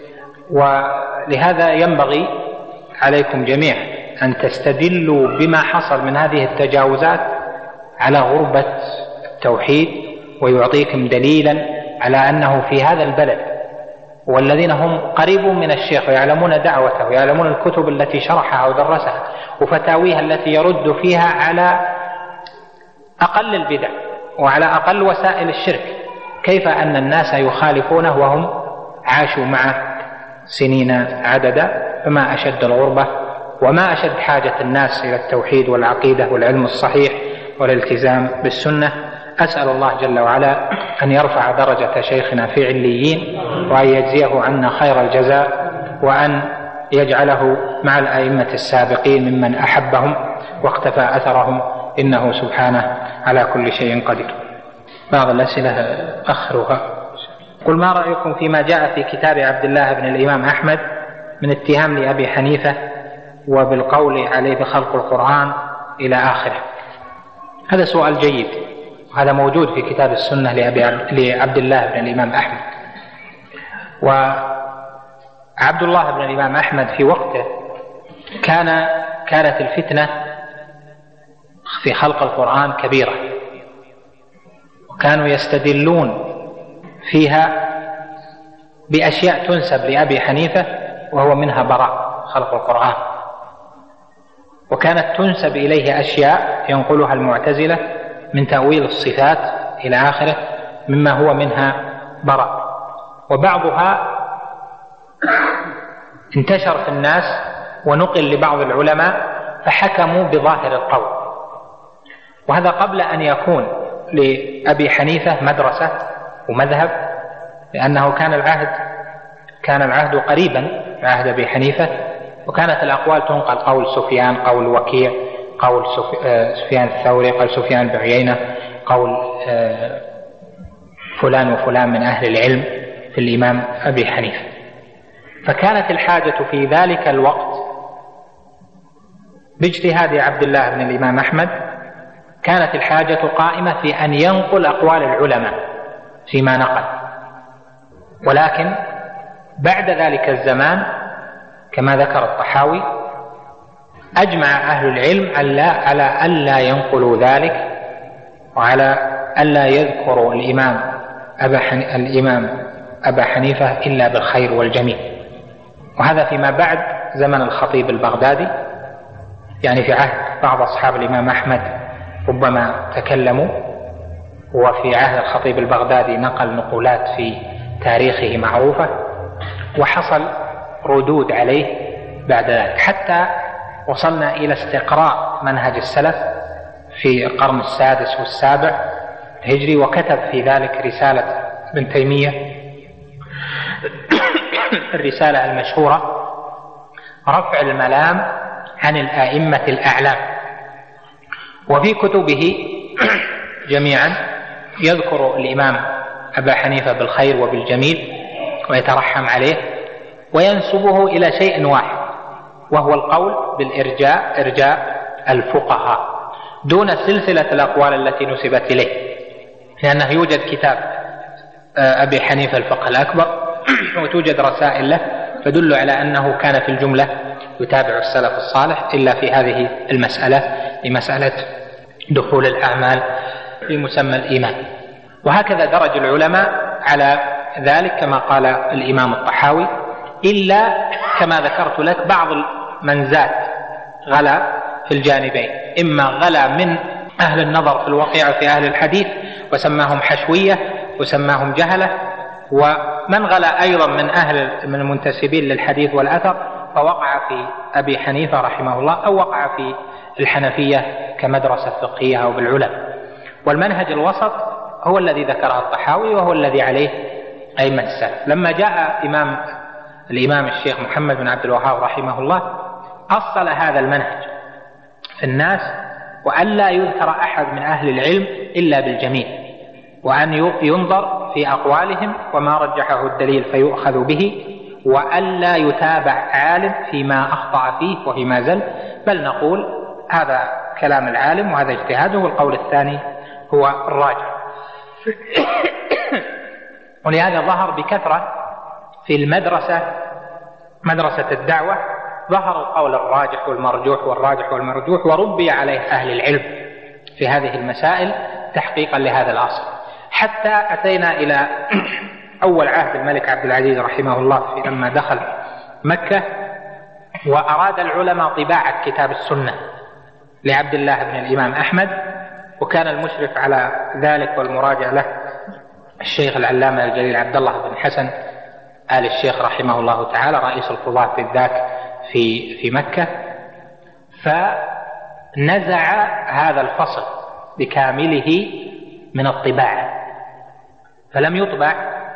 ولهذا ينبغي عليكم جميعا أن تستدلوا بما حصل من هذه التجاوزات على غربة التوحيد، ويعطيكم دليلا على أنه في هذا البلد والذين هم قريبون من الشيخ ويعلمون دعوته ويعلمون الكتب التي شرحها ودرسها وفتاويها التي يرد فيها على أقل البدع وعلى أقل وسائل الشرك، كيف أن الناس يخالفونه وهم عاشوا معه سنين عددا؟ فما أشد الغربة وما أشد حاجة الناس إلى التوحيد والعقيدة والعلم الصحيح والالتزام بالسنة. أسأل الله جل وعلا أن يرفع درجة شيخنا في عليين، وأن يجزيه عنا خير الجزاء، وأن يجعله مع الأئمة السابقين ممن أحبهم واقتفى أثرهم، إنه سبحانه على كل شيء قدير. بعض الأسئلة أخرها. قل ما رأيكم فيما جاء في كتاب عبد الله بن الإمام أحمد من اتهام لأبي حنيفة وبالقول عليه بخلق القرآن إلى آخره؟ هذا سؤال جيد، وهذا موجود في كتاب السنة لعبد الله بن الإمام أحمد. وعبد الله بن الإمام أحمد في وقته كانت الفتنة في خلق القرآن كبيرة، وكانوا يستدلون فيها بأشياء تنسب لأبي حنيفة وهو منها براء خلق القرآن، وكانت تنسب إليه أشياء ينقلها المعتزلة من تأويل الصفات إلى آخره مما هو منها براء، وبعضها انتشر في الناس ونقل لبعض العلماء فحكموا بظاهر القول. وهذا قبل أن يكون لأبي حنيفة مدرسة ومذهب، لأنه كان العهد قريبا عهد أبي حنيفة، وكانت الأقوال تنقل، قول سفيان، قول وكيع، قول سفيان الثوري، قول سفيان بن عيينة، قول فلان وفلان من أهل العلم في الإمام أبي حنيفة. فكانت الحاجة في ذلك الوقت باجتهاد عبد الله بن الإمام أحمد، كانت الحاجة قائمة في أن ينقل أقوال العلماء فيما نقل. ولكن بعد ذلك الزمان كما ذكر الطحاوي أجمع أهل العلم على ألا ينقلوا ذلك، وعلى ألا يذكروا الإمام أبا حنيفة إلا بالخير والجميل. وهذا فيما بعد زمن الخطيب البغدادي، يعني في عهد بعض أصحاب الإمام أحمد ربما تكلموا، وفي عهد الخطيب البغدادي نقل نقولات في تاريخه معروفة، وحصل ردود عليه بعد ذلك، حتى وصلنا إلى استقراء منهج السلف في القرن السادس والسابع الهجري، وكتب في ذلك رسالة ابن تيمية الرسالة المشهورة رفع الملام عن الآئمة الأعلام. وفي كتبه جميعا يذكر الإمام أبا حنيفة بالخير وبالجميل ويترحم عليه، وينسبه إلى شيء واحد، وهو القول بالإرجاء، إرجاء الفقهاء، دون سلسلة الأقوال التي نسبت إليه، لأنه يوجد كتاب أبي حنيفة الفقه الأكبر وتوجد رسائل له تدل على أنه كان في الجملة يتابع السلف الصالح إلا في هذه المسألة، في مسألة دخول الأعمال في مسمى الإيمان. وهكذا درج العلماء على ذلك كما قال الإمام الطحاوي، إلا كما ذكرت لك بعض من زاد غلا في الجانبين، إما غلا من أهل النظر في الواقع في أهل الحديث وسماهم حشوية وسماهم جهلة، ومن غلا أيضا من المنتسبين للحديث والأثر فوقع في أبي حنيفة رحمه الله أو وقع في الحنفية كمدرسة فقهية أو بالعلم. والمنهج الوسط هو الذي ذكره الطحاوي وهو الذي عليه أئمة السلف. لما جاء الإمام الشيخ محمد بن عبد الوهاب رحمه الله أصل هذا المنهج في الناس، وأن لا يذكر أحد من أهل العلم إلا بالجميل، وأن ينظر في أقوالهم وما رجحه الدليل فيؤخذ به، وأن لا يتابع عالم فيما أخطأ فيه وفيما زل، بل نقول هذا كلام العالم وهذا اجتهاده والقول الثاني هو الراجح. ولهذا ظهر بكثرة في المدرسة، مدرسة الدعوة، ظهر القول الراجح والمرجوح والراجح والمرجوح، وربي عليه أهل العلم في هذه المسائل تحقيقا لهذا الأصل، حتى أتينا إلى أول عهد الملك عبد العزيز رحمه الله لما دخل مكة وأراد العلماء طباعة كتاب السنة لعبد الله بن الإمام أحمد، وكان المشرف على ذلك والمراجع له الشيخ العلامة الجليل عبد الله بن حسن آل الشيخ رحمه الله تعالى رئيس القضاة بالذات في مكة، فنزع هذا الفصل بكامله من الطباعة، فلم يطبع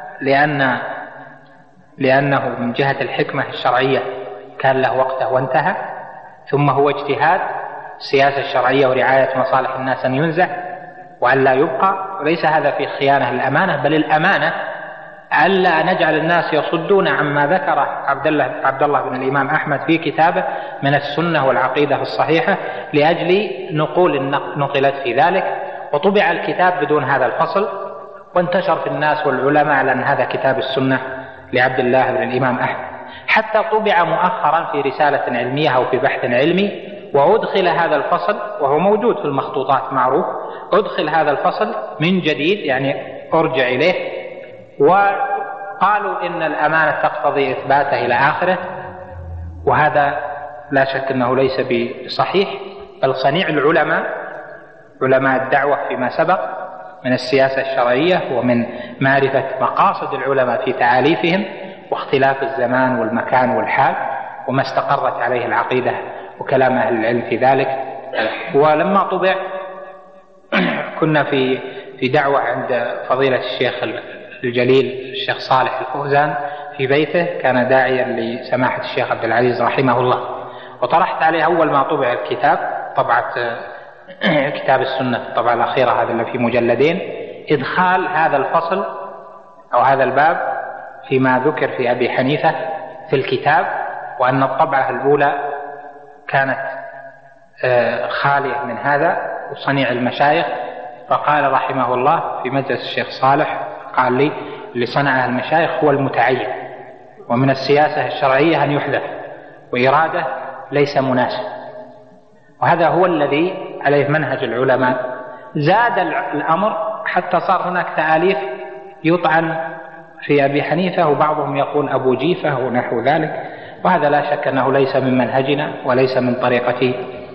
لأنه من جهة الحكمة الشرعية كان له وقته وانتهى، ثم هو اجتهاد السياسة الشرعية ورعاية مصالح الناس أن ينزع وأن لا يبقى، وليس هذا في خيانة للأمانة، بل الأمانة ألا نجعل الناس يصدون عما ذكره عبد الله بن الإمام أحمد في كتابه من السنة والعقيدة الصحيحة لأجل نقول نقلت في ذلك، وطبع الكتاب بدون هذا الفصل وانتشر في الناس والعلماء على أن هذا كتاب السنة لعبد الله بن الإمام أحمد، حتى طبع مؤخرا في رسالة علمية أو في بحث علمي وأدخل هذا الفصل، وهو موجود في المخطوطات معروف، أدخل هذا الفصل من جديد يعني أرجع إليه، وقالوا إن الأمانة تقتضي إثباته إلى آخره، وهذا لا شك أنه ليس بصحيح، بل صنيع العلماء علماء الدعوة فيما سبق من السياسة الشرعية ومن معرفة مقاصد العلماء في تعاليفهم واختلاف الزمان والمكان والحال وما استقرت عليه العقيدة وكلام أهل العلم في ذلك. ولما طبع كنا في دعوة عند فضيلة الشيخ الجليل الشيخ صالح الفوزان في بيته، كان داعيا لسماحة الشيخ عبد العزيز رحمه الله، وطرحت عليه أول ما طبع الكتاب طبعة كتاب السنة الطبعة الأخيرة هذا اللي في مجلدين، إدخال هذا الفصل أو هذا الباب فيما ذكر في أبي حنيفة في الكتاب، وأن الطبعة الأولى كانت خالية من هذا وصنيع المشايخ، فقال رحمه الله في مجلس الشيخ صالح قال لي اللي صنعها المشايخ هو المتعين، ومن السياسة الشرعية أن يحذف، وإرادة ليس مناسب، وهذا هو الذي عليه منهج العلماء. زاد الأمر حتى صار هناك تآليف يطعن في أبي حنيفة، وبعضهم يقول أبو جيفة ونحو ذلك، وهذا لا شك أنه ليس من منهجنا وليس من طريقة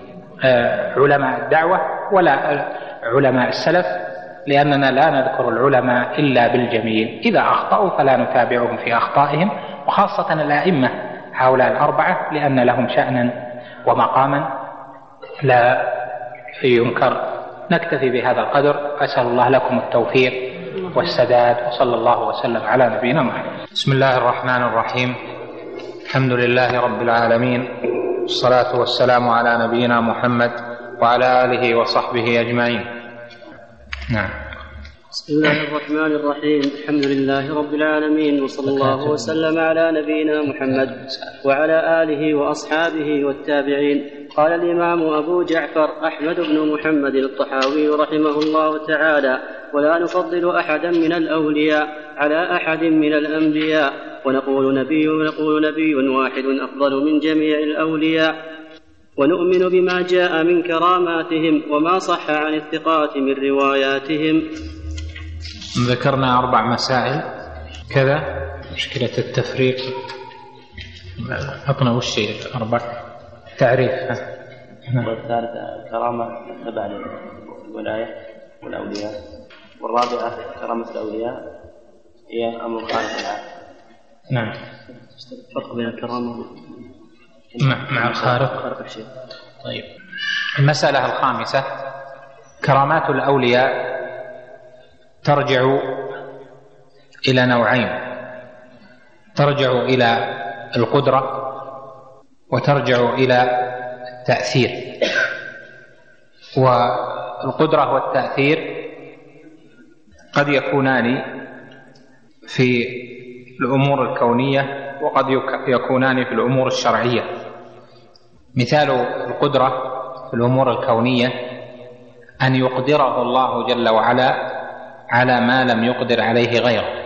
علماء الدعوة ولا علماء السلف، لأننا لا نذكر العلماء إلا بالجميل، إذا أخطأوا فلا نتابعهم في أخطائهم، وخاصة الأئمة هؤلاء الأربعة لأن لهم شأنا ومقاما لا ينكر. نكتفي بهذا القدر، أسأل الله لكم التوفيق والسداد، وصلى الله وسلم على نبينا محمد. بسم الله الرحمن الرحيم، الحمد لله رب العالمين، والصلاة والسلام على نبينا محمد وعلى آله وصحبه أجمعين. نعم. بسم الله الرحمن الرحيم، الحمد لله رب العالمين، وصلى الله وسلم على نبينا محمد وعلى آله وأصحابه والتابعين قال الإمام أبو جعفر أحمد بن محمد الطحاوي رحمه الله تعالى: ولا نفضل أحدا من الأولياء على أحد من الأنبياء، ونقول نبي واحد أفضل من جميع الأولياء، ونؤمن بما جاء من كراماتهم وما صح عن الثقات من رواياتهم. ذكرنا 4 مسائل كذا: مشكلة التفريق، أعطنا وش 4 تعريف. والثالثة كرامة تبع الولاية والأولياء، والرابعة كرامة الأولياء هي أمر خارق العادة. نعم. فرق بين الكرامة مع الخارق. طيب، المسألة الخامسة: كرامات الأولياء ترجع إلى نوعين: ترجع إلى القدرة وترجع إلى التأثير. والقدرة والتأثير قد يكونان في الأمور الكونية وقد يكونان في الأمور الشرعية. مثال القدرة في الأمور الكونية أن يقدره الله جل وعلا على ما لم يقدر عليه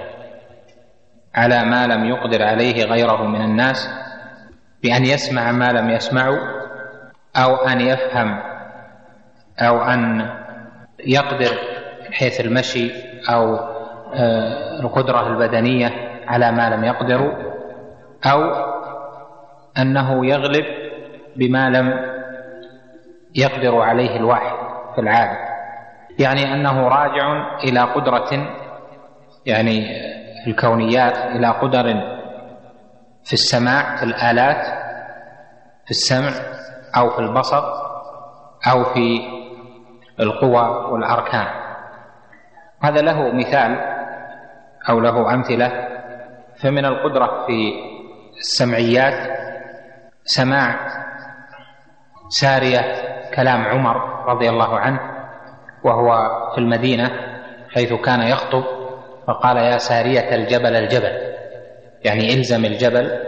غيره من الناس، بأن يسمع ما لم يسمعوا، أو أن يفهم، أو أن يقدر حيث المشي أو القدرة البدنية على ما لم يقدروا، أو أنه يغلب بما لم يقدر عليه الواحد في العادة، يعني أنه راجع إلى قدرة، يعني في الكونيات إلى قدر في السماع، في الآلات، في السمع أو في البصر أو في القوى والأركان. هذا له مثال أو له أمثلة. فمن القدرة في السمعيات سماع سارية كلام عمر رضي الله عنه وهو في المدينة حيث كان يخطب، فقال: يا سارية الجبل، يعني إلزم الجبل.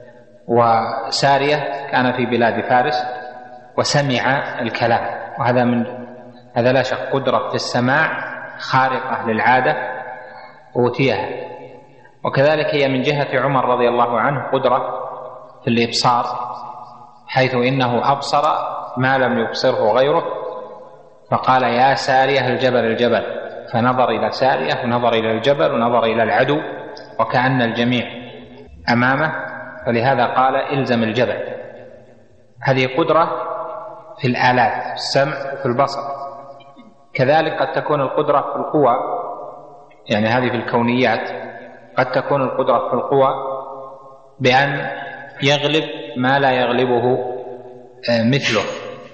وسارية كان في بلاد فارس وسمع الكلام، هذا لا شك قدرة في السماع خارقة للعادة أوتيها. وكذلك هي من جهة عمر رضي الله عنه قدرة في الإبصار، حيث إنه أبصر ما لم يبصره غيره، فقال: يا سارية الجبل، فنظر إلى سارية ونظر إلى الجبل ونظر إلى العدو وكأن الجميع أمامه، فلهذا قال: إلزم الجبل. هذه قدرة في الآلات، في السمع وفي البصر. كذلك قد تكون القدرة في القوى، يعني هذه في الكونيات، قد تكون القدرة في القوى بأن يغلب ما لا يغلبه مثله،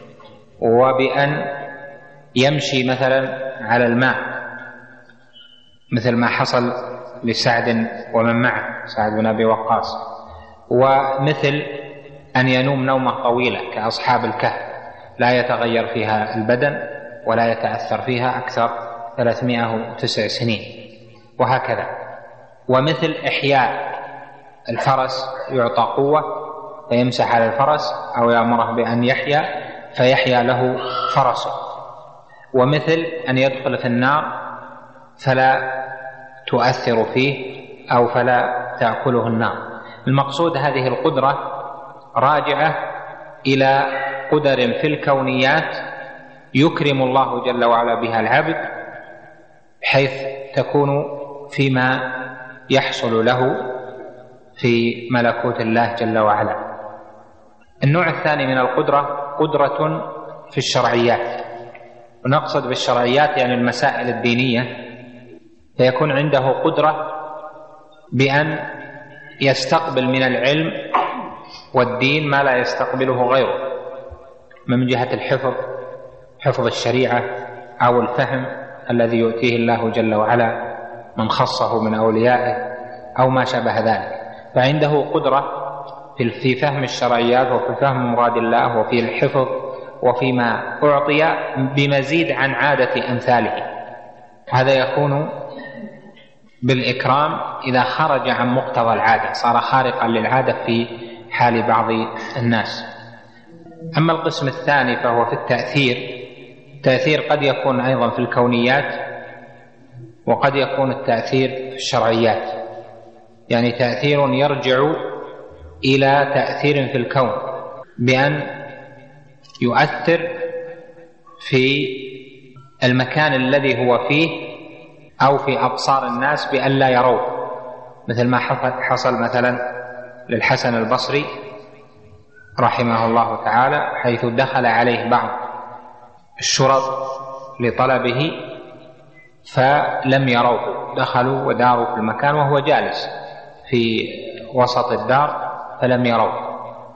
وبأن يمشي مثلا على الماء، مثل ما حصل لسعد ومن معه، سعد بن أبي وقاص. ومثل أن ينوم نومة طويلة كأصحاب الكهف، لا يتغير فيها البدن ولا يتأثر فيها أكثر 309 سنين، وهكذا. ومثل إحياء الفرس، يعطى قوة فيمسح على الفرس، أو يأمره بأن يحيا فيحيا له فرسه. ومثل أن يدخل في النار فلا تؤثر فيه أو فلا تأكله النار. المقصود هذه القدرة راجعة إلى قدر في الكونيات يكرم الله جل وعلا بها العبد، حيث تكون فيما يحصل له في ملكوت الله جل وعلا. النوع الثاني من القدرة قدرة في الشرعيات، ونقصد بالشرعيات يعني المسائل الدينية، فيكون عنده قدرة بأن يستقبل من العلم والدين ما لا يستقبله غيره، من جهة الحفظ، حفظ الشريعة، أو الفهم الذي يؤتيه الله جل وعلا من خصه من أوليائه أو ما شابه ذلك. فعنده قدرة في فهم الشرعيات وفي فهم مراد الله وفي الحفظ وفيما أعطي بمزيد عن عادة أمثاله. هذا يكون بالإكرام إذا خرج عن مقتضى العادة، صار خارقا للعادة في حال بعض الناس. أما القسم الثاني فهو في التأثير قد يكون أيضا في الكونيات، وقد يكون التأثير في الشرعيات، يعني تأثير يرجع إلى تأثير في الكون بأن يؤثر في المكان الذي هو فيه أو في أبصار الناس بأن لا يروه، مثل ما حصل مثلا للحسن البصري رحمه الله تعالى، حيث دخل عليه بعض الشرط لطلبه فلم يروه، دخلوا وداروا في المكان وهو جالس في وسط الدار فلم يروه.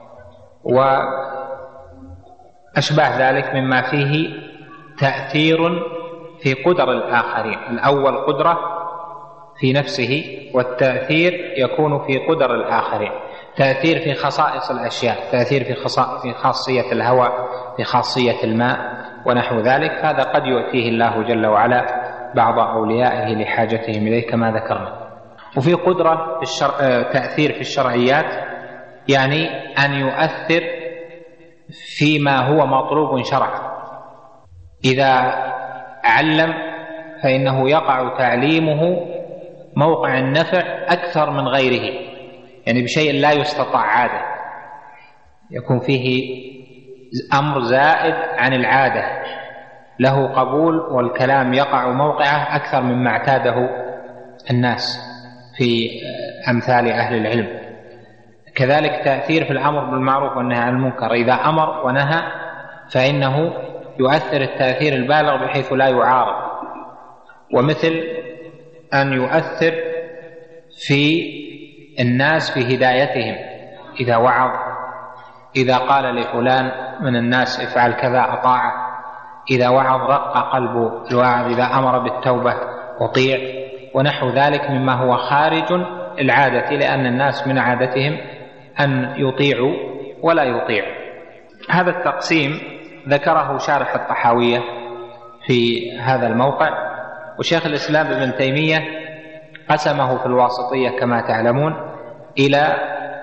وأشبه ذلك مما فيه تأثير في قدر الآخرين، الأول قدرة في نفسه، والتأثير يكون في قدر الآخرين، تأثير في خصائص الأشياء، تأثير في خاصية الهواء، في خاصية الماء ونحو ذلك. هذا قد يؤتيه الله جل وعلا بعض أوليائه لحاجتهم إليه كما ذكرنا. وفي قدرة تأثير في الشرعيات، يعني أن يؤثر فيما هو مطلوب شرعا، إذا علم فإنه يقع تعليمه موقع النفع أكثر من غيره، يعني بشيء لا يستطاع عادة، يكون فيه أمر زائد عن العادة له قبول، والكلام يقع موقعه أكثر مما اعتاده الناس في أمثال أهل العلم. كذلك تأثير في الأمر بالمعروف والنهي عن المنكر، إذا أمر ونهى فإنه يؤثر التأثير البالغ بحيث لا يعارض. ومثل أن يؤثر في الناس في هدايتهم، إذا وعظ، إذا قال لفلان من الناس افعل كذا أطاعه، إذا وعظ رق قلب الواعظ، إذا أمر بالتوبة أطيع، ونحو ذلك مما هو خارج العادة، لأن الناس من عادتهم أن يطيعوا ولا يطيعوا. هذا التقسيم ذكره شارح الطحاوية في هذا الموقع، وشيخ الإسلام ابن تيمية قسمه في الواسطية كما تعلمون إلى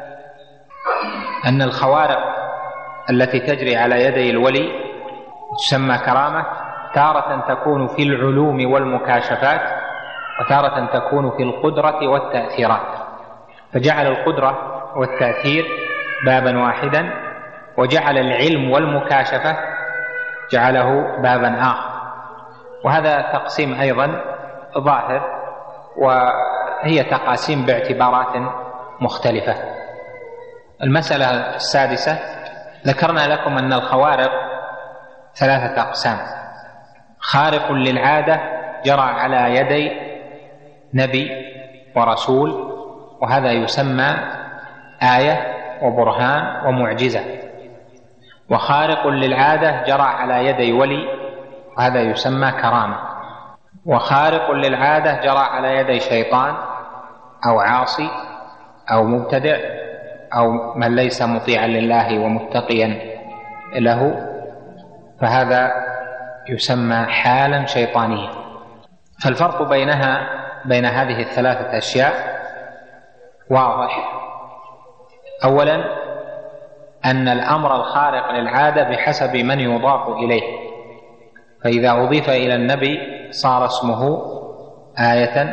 أن الخوارق التي تجري على يدي الولي تسمى كرامة، تارة تكون في العلوم والمكاشفات، وتارة تكون في القدرة والتأثيرات، فجعل القدرة والتأثير بابا واحدا، وجعل العلم والمكاشفة جعله بابا آخر. وهذا تقسيم أيضا ظاهر، وهي تقاسيم باعتبارات مختلفة. المسألة السادسة، ذكرنا لكم أن الخوارق 3 أقسام: خارق للعادة جرى على يدي نبي ورسول، وهذا يسمى آية وبرهان ومعجزة. وخارق للعادة جرى على يدي ولي، وهذا يسمى كرامة. وخارق للعادة جرى على يدي شيطان أو عاصي أو مبتدع أو من ليس مطيعا لله ومتقيا له، فهذا يسمى حالا شيطانيا. فالفرق بين هذه 3 أشياء واضح. أولا أن الأمر الخارق للعادة بحسب من يضاف إليه، فإذا أضيف إلى النبي صار اسمه آية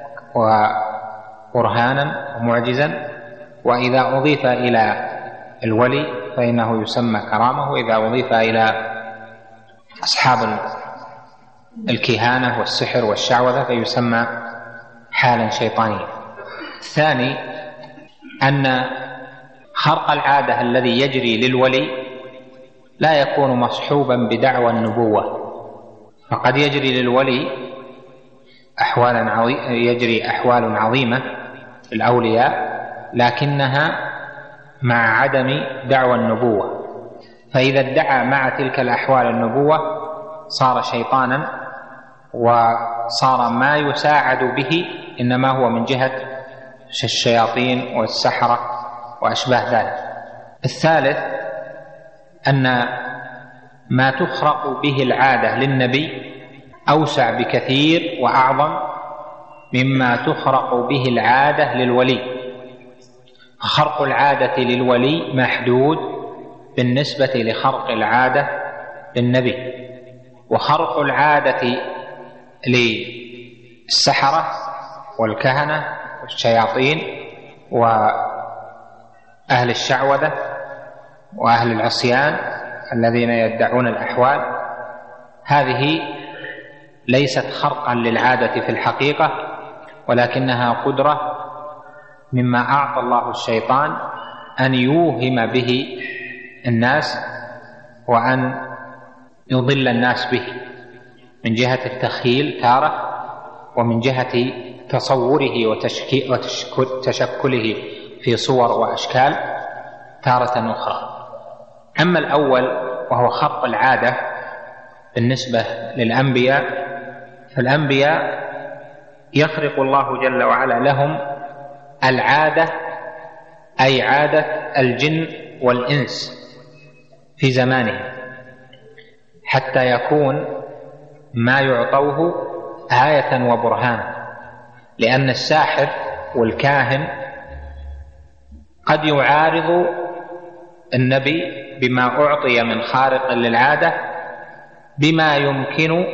وبرهانا ومعجزا، وإذا أضيف إلى الولي فإنه يسمى كرامة، وإذا أضيف إلى أصحاب الكهانة والسحر والشعوذة فيسمى حالا شيطانيا. الثاني أن خرق العادة الذي يجري للولي لا يكون مصحوبا بدعوى النبوة، فقد يجري للولي أحوال عظيمة الأولياء لكنها مع عدم دعوى النبوة، فإذا ادعى مع تلك الأحوال النبوة صار شيطانا، وصار ما يساعد به إنما هو من جهة الشياطين والسحرة وأشباه ذلك. الثالث أن ما تخرق به العادة للنبي أوسع بكثير وأعظم مما تخرق به العادة للولي. خرق العادة للولي محدود بالنسبة لخرق العادة للنبي. وخرق العادة للسحرة والكهنة والشياطين وأهل الشعوذة وأهل العصيان الذين يدعون الأحوال، هذه ليست خرقا للعادة في الحقيقة، ولكنها قدرة مما أعطى الله الشيطان أن يوهم به الناس وأن يضل الناس به، من جهة التخيل تارة، ومن جهة تصوره وتشكله في صور وأشكال تارة أخرى. أما الأول وهو خرق العادة بالنسبة للأنبياء، فالأنبياء يخرق الله جل وعلا لهم العادة، أي عادة الجن والإنس في زمانهم، حتى يكون ما يعطوه آية وبرهانا. لأن الساحر والكاهن قد يعارض النبي بما أعطي من خارق للعادة بما يمكن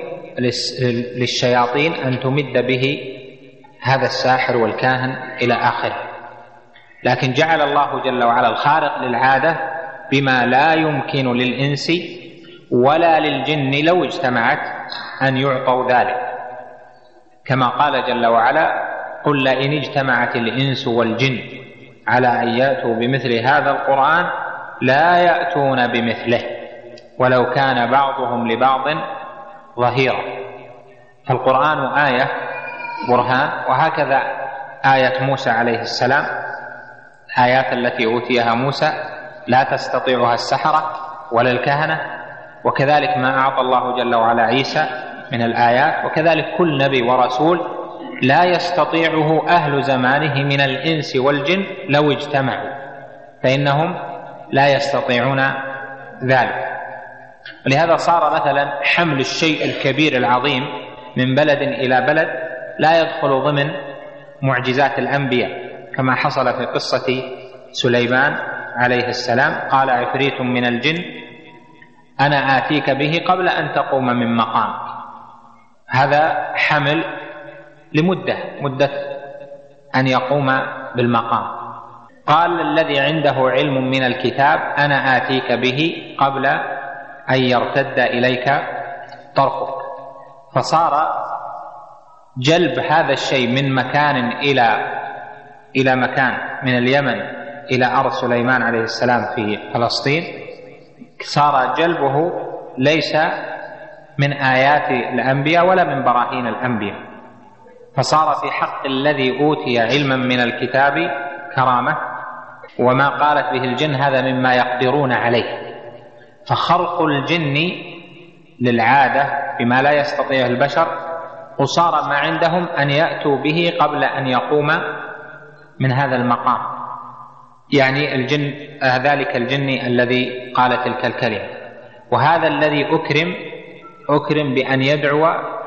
للشياطين أن تمد به هذا الساحر والكاهن إلى آخره، لكن جعل الله جل وعلا الخارق للعادة بما لا يمكن للإنس ولا للجن لو اجتمعت أن يعطوا ذلك، كما قال جل وعلا: قل لئن اجتمعت الإنس والجن على أن يأتوا بمثل هذا القرآن لا يأتون بمثله ولو كان بعضهم لبعض ظهيرا. فالقرآن آية برهان، وهكذا آية موسى عليه السلام، الآيات التي أوتيها موسى لا تستطيعها السحرة ولا الكهنة، وكذلك ما أعطى الله جل وعلا عيسى من الآيات، وكذلك كل نبي ورسول لا يستطيعه أهل زمانه من الإنس والجن لو اجتمعوا، فإنهم لا يستطيعون ذلك. ولهذا صار مثلا حمل الشيء الكبير العظيم من بلد إلى بلد لا يدخل ضمن معجزات الأنبياء، كما حصل في قصة سليمان عليه السلام: قال عفريت من الجن أنا آتيك به قبل أن تقوم من مقامك. هذا حمل لمدة أن يقوم بالمقام. قال الذي عنده علم من الكتاب أنا آتيك به قبل أن يرتد إليك طرفك. فصار جلب هذا الشيء من مكان إلى مكان، من اليمن إلى أرض سليمان عليه السلام في فلسطين، صار جلبه ليس من آيات الأنبياء ولا من براهين الأنبياء، فصار في حق الذي أوتي علما من الكتاب كرامة، وما قالت به الجن هذا مما يقدرون عليه. فخرق الجن للعادة بما لا يستطيع البشر وصار ما عندهم أن يأتوا به قبل أن يقوم من هذا المقام، يعني الجن، ذلك الجن الذي قال تلك الكلمة، وهذا الذي أكرم بأن يدعو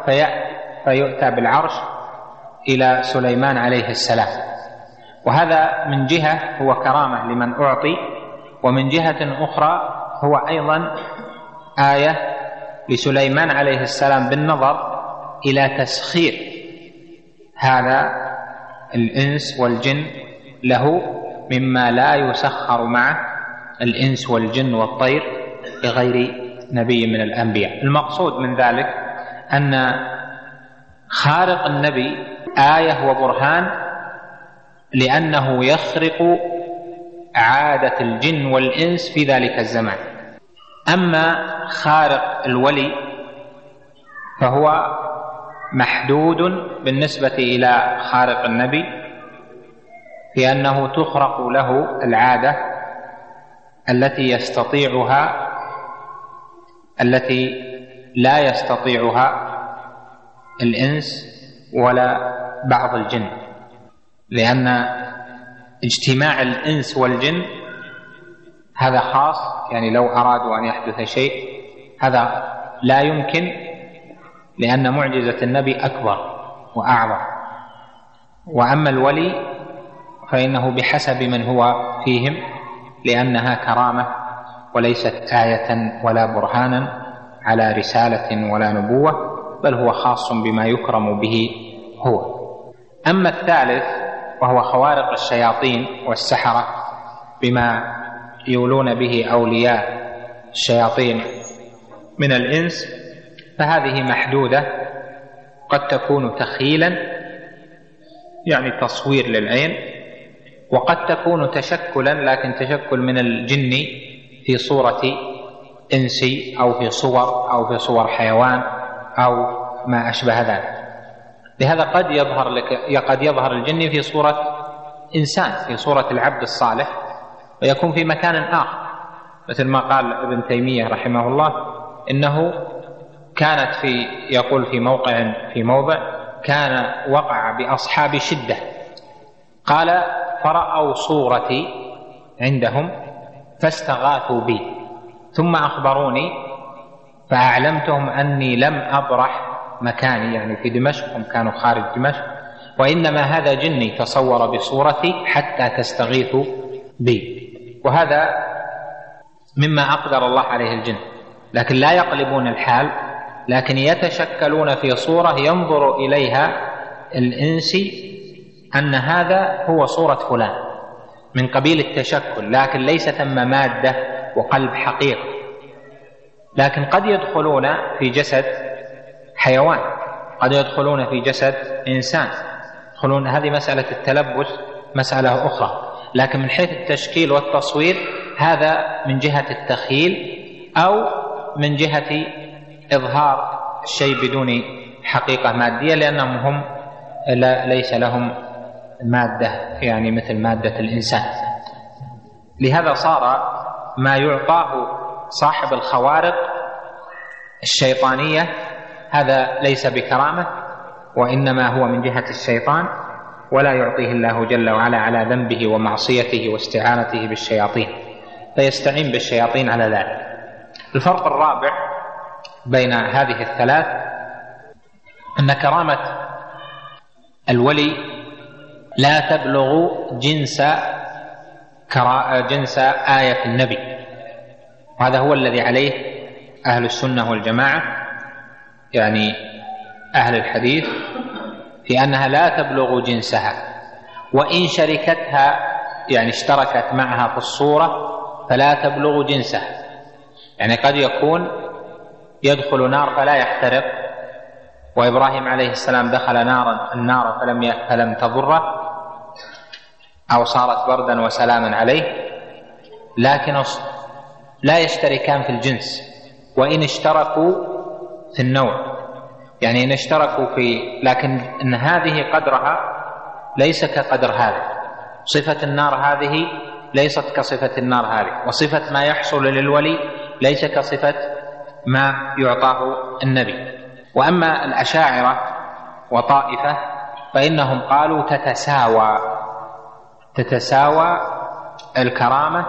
فيؤتى بالعرش إلى سليمان عليه السلام. وهذا من جهة هو كرامة لمن أعطي، ومن جهة أخرى هو أيضا آية لسليمان عليه السلام بالنظر إلى تسخير هذا الإنس والجن له مما لا يسخر معه الإنس والجن والطير بغير نبي من الأنبياء. المقصود من ذلك أن خارق النبي آية وبرهان لأنه يخرق عادة الجن والإنس في ذلك الزمان. أما خارق الولي فهو محدود بالنسبة إلى خارق النبي، في أنه تخرق له العادة التي لا يستطيعها الإنس ولا بعض الجن، لأن اجتماع الإنس والجن هذا خاص، يعني لو أرادوا أن يحدث شيء هذا لا يمكن، لأن معجزة النبي أكبر وأعظم. وأما الولي فإنه بحسب من هو فيهم، لأنها كرامة وليست آية ولا برهانا على رسالة ولا نبوة، بل هو خاص بما يكرم به هو. أما الثالث وهو خوارق الشياطين والسحرة بما يولون به أولياء الشياطين من الإنس، فهذه محدودة، قد تكون تخيلا يعني تصوير للعين، وقد تكون تشكلا، لكن تشكل من الجن في صورة إنسي أو في صور حيوان أو ما أشبه ذلك. لهذا قد يظهر الجن في صورة إنسان، في صورة العبد الصالح، ويكون في مكان آخر، مثل ما قال ابن تيمية رحمه الله إنه كانت يقول في موضع كان وقع بأصحاب شدة، قال فرأوا صورتي عندهم فاستغاثوا بي ثم أخبروني فأعلمتهم أني لم أبرح مكاني، يعني في دمشق، هم كانوا خارج دمشق، وإنما هذا جني تصور بصورتي حتى تستغيثوا بي. وهذا مما أقدر الله عليه الجن، لكن لا يقلبون الحال، لكن يتشكلون في صورة ينظر إليها الإنسي أن هذا هو صورة فلان، من قبيل التشكل، لكن ليس ثم مادة وقلب حقيقي. لكن قد يدخلون في جسد حيوان، قد يدخلون في جسد إنسان، يدخلون. هذه مسألة التلبس مسألة أخرى، لكن من حيث التشكيل والتصوير هذا من جهة التخيل أو من جهة إظهار الشيء بدون حقيقة مادية، لأنهم هم ليس لهم مادة يعني مثل مادة الإنسان. لهذا صار ما يعطاه صاحب الخوارق الشيطانية هذا ليس بكرامة، وإنما هو من جهة الشيطان، ولا يعطيه الله جل وعلا على ذنبه ومعصيته واستعانته بالشياطين، فيستعين بالشياطين على ذلك. الفرق الرابع بين هذه الثلاث أن كرامة الولي لا تبلغ جنس آية النبي، وهذا هو الذي عليه أهل السنة والجماعة، يعني أهل الحديث، في أنها لا تبلغ جنسها، وإن شركتها يعني اشتركت معها في الصورة فلا تبلغ جنسها. يعني قد يكون يدخل نار فلا يحترق، وإبراهيم عليه السلام دخل النار فلم تضره، أو صارت بردا وسلاما عليه، لكن لا يشتركان في الجنس، وإن اشتركوا في النوع، يعني إن اشتركوا لكن إن هذه قدرها ليس كقدر هذه، صفة النار هذه ليست كصفة النار هذه، وصفة ما يحصل للولي ليس كصفة ما يعطاه النبي. وأما الأشاعرة وطائفة فإنهم قالوا تتساوى الكرامة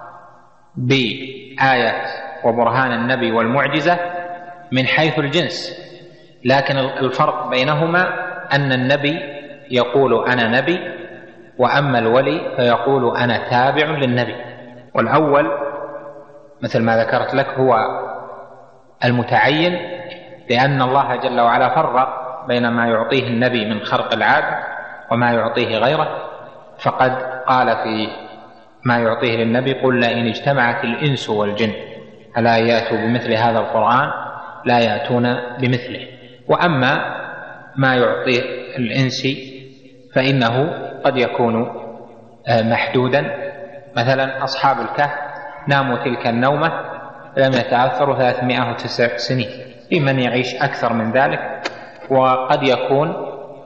بآية وبرهان النبي والمعجزة من حيث الجنس، لكن الفرق بينهما أن النبي يقول أنا نبي، وأما الولي فيقول أنا تابع للنبي. والأول مثل ما ذكرت لك هو المتعين، لأن الله جل وعلا فرق بين ما يعطيه النبي من خرق العادة وما يعطيه غيره، فقد قال في ما يعطيه للنبي قل لئن اجتمعت الإنس والجن ألا يأتوا بمثل هذا القرآن لا يأتون بمثله. وأما ما يعطيه الإنسي فإنه قد يكون محدودا، مثلا أصحاب الكهف ناموا تلك النومة لم يتأثروا 309 سنين، في من يعيش أكثر من ذلك، وقد يكون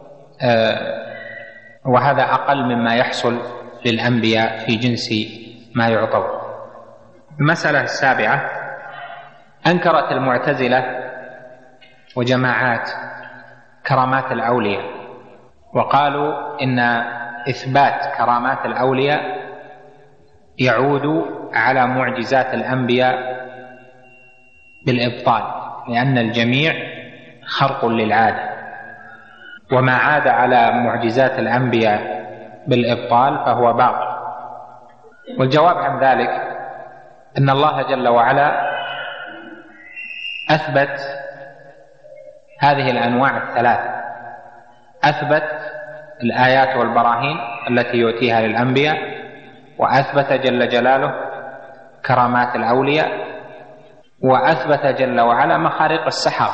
وهذا أقل مما يحصل للأنبياء في جنس ما يعطون. المسألة السابعة: أنكرت المعتزلة وجماعات كرامات الأولياء، وقالوا إن إثبات كرامات الأولياء يعود على معجزات الأنبياء بالإبطال، لأن الجميع خرق للعادة، وما عاد على معجزات الأنبياء بالإبطال فهو باطل. والجواب عن ذلك أن الله جل وعلا أثبت هذه الأنواع الثلاثة، أثبت الآيات والبراهين التي يؤتيها للأنبياء، وأثبت جل جلاله كرامات الأولياء، وأثبت جل وعلا مخارق السحر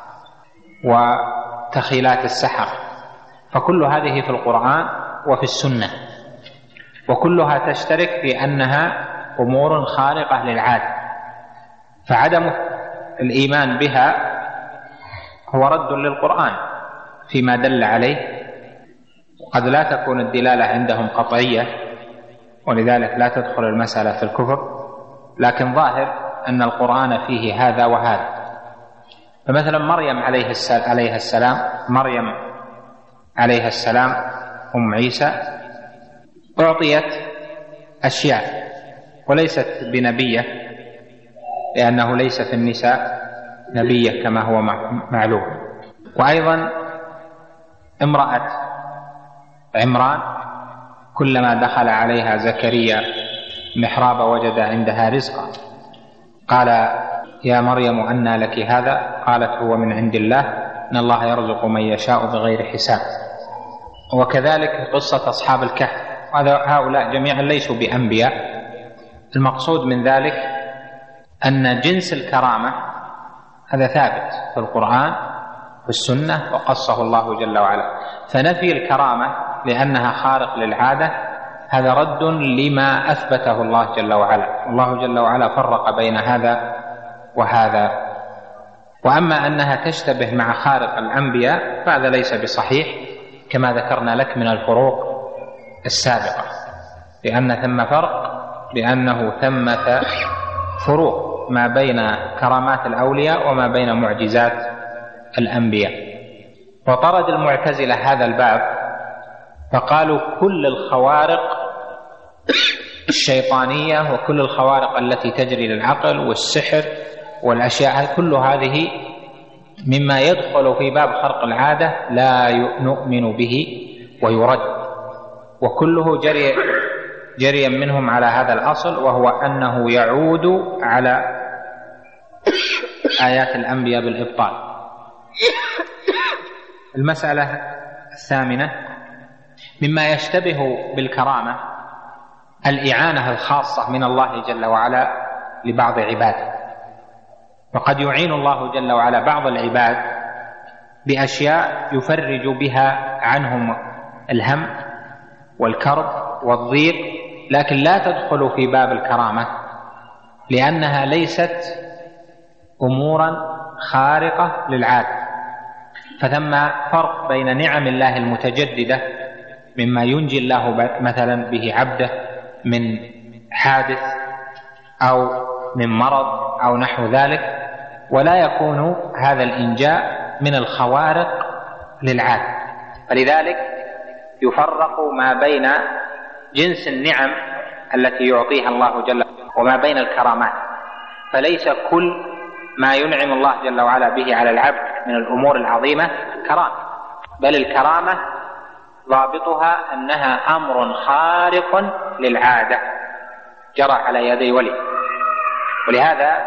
وتخيلات السحر، فكل هذه في القرآن وفي السنة، وكلها تشترك في أنها أمور خارقة للعادة، فعدم الإيمان بها هو رد للقرآن فيما دل عليه. قد لا تكون الدلالة عندهم قطعية، ولذلك لا تدخل المسألة في الكفر، لكن ظاهر أن القرآن فيه هذا وهذا. فمثلا مريم عليها السلام أم عيسى أعطيت أشياء وليست بنبية، لأنه ليس في النساء نبية كما هو معلوم. وأيضا امرأة عمران كلما دخل عليها زكريا محراب وجد عندها رزقا، قال يا مريم أنى لك هذا؟ قالت هو من عند الله، إن الله يرزق من يشاء بغير حساب. وكذلك قصة أصحاب الكهف، هؤلاء جميعا ليسوا بأنبياء. المقصود من ذلك أن جنس الكرامة هذا ثابت في القرآن في السنة وقصه الله جل وعلا، فنفي الكرامة لأنها خارق للعادة هذا رد لما أثبته الله جل وعلا. الله جل وعلا فرق بين هذا وهذا. وأما أنها تشتبه مع خارق الأنبياء فهذا ليس بصحيح كما ذكرنا لك من الفروق السابقة، لأن ثم فرق، لأنه ثمة فروق ما بين كرامات الأولياء وما بين معجزات الأنبياء. وطرد المعتزلة هذا الباب فقالوا كل الخوارق الشيطانية وكل الخوارق التي تجري للعقل والسحر والأشياء كل هذه مما يدخل في باب خرق العادة لا نؤمن به ويرد، وكله جريا منهم على هذا الأصل، وهو أنه يعود على آيات الأنبياء بالإبطال. المسألة الثامنة مما يشتبه بالكرامة الإعانة الخاصة من الله جل وعلا لبعض عباده، وقد يعين الله جل وعلا بعض العباد بأشياء يفرج بها عنهم الهم والكرب والضيق، لكن لا تدخل في باب الكرامة لأنها ليست أمورا خارقة للعادة. فثم فرق بين نعم الله المتجددة مما ينجي الله مثلا به عبده من حادث أو من مرض أو نحو ذلك، ولا يكون هذا الإنجاء من الخوارق للعادة. فلذلك يفرق ما بين جنس النعم التي يعطيها الله جل وما بين الكرامات، فليس كل ما ينعم الله جل وعلا به على العبد من الأمور العظيمة كرامة، بل الكرامة ضابطها أنها أمر خارق للعادة جرى على يدي ولي. ولهذا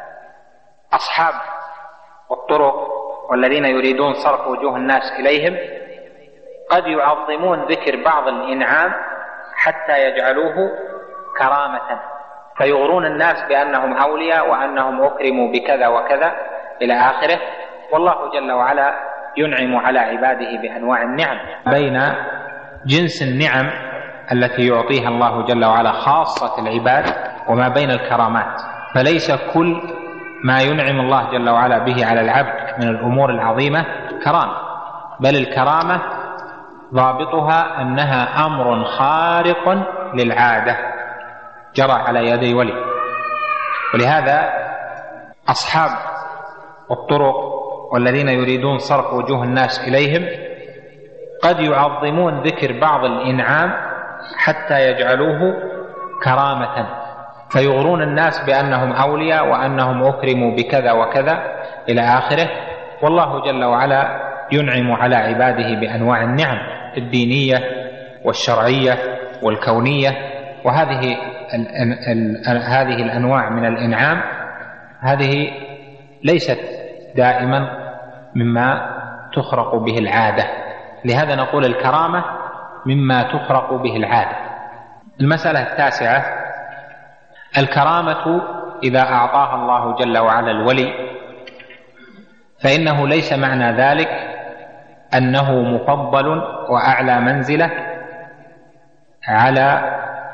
أصحاب الطرق والذين يريدون صرف وجوه الناس إليهم قد يعظمون ذكر بعض الإنعام حتى يجعلوه كرامة، فيغرون الناس بأنهم أولياء وأنهم أكرموا بكذا وكذا إلى آخره. والله جل وعلا ينعم على عباده بأنواع النعم، بين جنس النعم التي يعطيها الله جل وعلا خاصة العباد وما بين الكرامات، فليس كل ما ينعم الله جل وعلا به على العبد من الأمور العظيمة كرامة، بل الكرامة ضابطها أنها أمر خارق للعادة جرى على يدي ولي. ولهذا أصحاب الطرق والذين يريدون صرف وجوه الناس إليهم قد يعظمون ذكر بعض الإنعام حتى يجعلوه كرامة، فيغرون الناس بأنهم أولياء وأنهم أكرموا بكذا وكذا إلى آخره. والله جل وعلا ينعم على عباده بأنواع النعم الدينية والشرعية والكونية، وهذه هذه الأنواع من الإنعام هذه ليست دائما مما تخرق به العادة، لهذا نقول الكرامة مما تخرق به العادة. المسألة التاسعة: الكرامة إذا أعطاها الله جل وعلا الولي فإنه ليس معنى ذلك أنه مفضل وأعلى منزلة على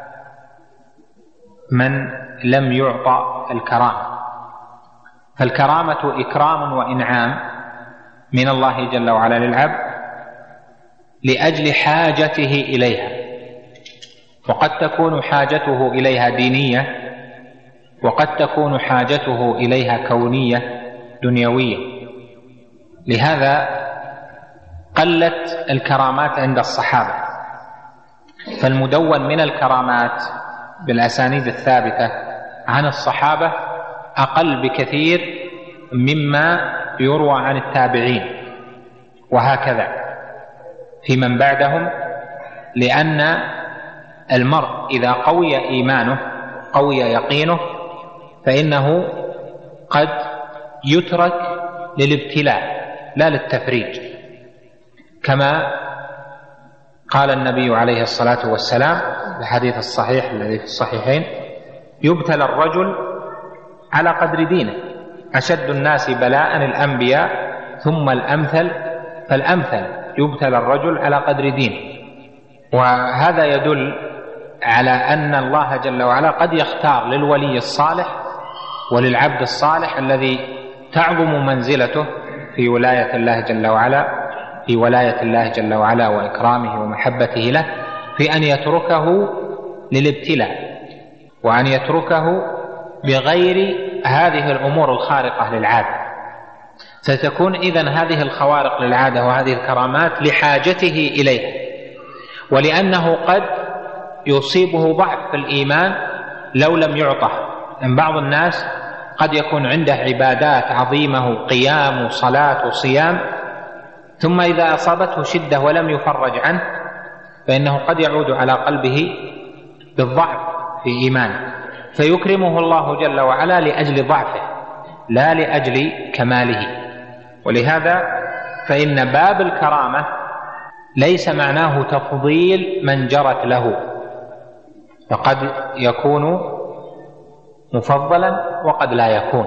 من لم يعطى الكرامة، فالكرامة إكرام وإنعام من الله جل وعلا للعبد لأجل حاجته إليها، وقد تكون حاجته إليها دينية، وقد تكون حاجته إليها كونية دنيوية. لهذا قلت الكرامات عند الصحابة، فالمدون من الكرامات بالأسانيد الثابتة عن الصحابة أقل بكثير مما يروى عن التابعين، وهكذا في من بعدهم، لأن المرء إذا قوي إيمانه قوي يقينه فإنه قد يترك للابتلاء لا للتفريج، كما قال النبي عليه الصلاة والسلام في الحديث الصحيح الذي في الصحيحين: يبتلى الرجل على قدر دينه، أشد الناس بلاء الأنبياء ثم الأمثل فالأمثل، يبتلى الرجل على قدر دينه. وهذا يدل على أن الله جل وعلا قد يختار للولي الصالح وللعبد الصالح الذي تعظم منزلته في ولاية الله جل وعلا وإكرامه ومحبته له، في أن يتركه للابتلاء، وأن يتركه بغير هذه الأمور الخارقة للعادة. ستكون إذن هذه الخوارق للعادة وهذه الكرامات لحاجته إليها، ولأنه قد يصيبه ضعف في الإيمان لو لم يعطه. إن بعض الناس قد يكون عنده عبادات عظيمة، قيام وصلاة وصيام، ثم إذا أصابته شدة ولم يفرج عنه فإنه قد يعود على قلبه بالضعف في إيمانه، فيكرمه الله جل وعلا لأجل ضعفه لا لأجل كماله. ولهذا فإن باب الكرامة ليس معناه تفضيل من جرت له، فقد يكون مفضلا وقد لا يكون،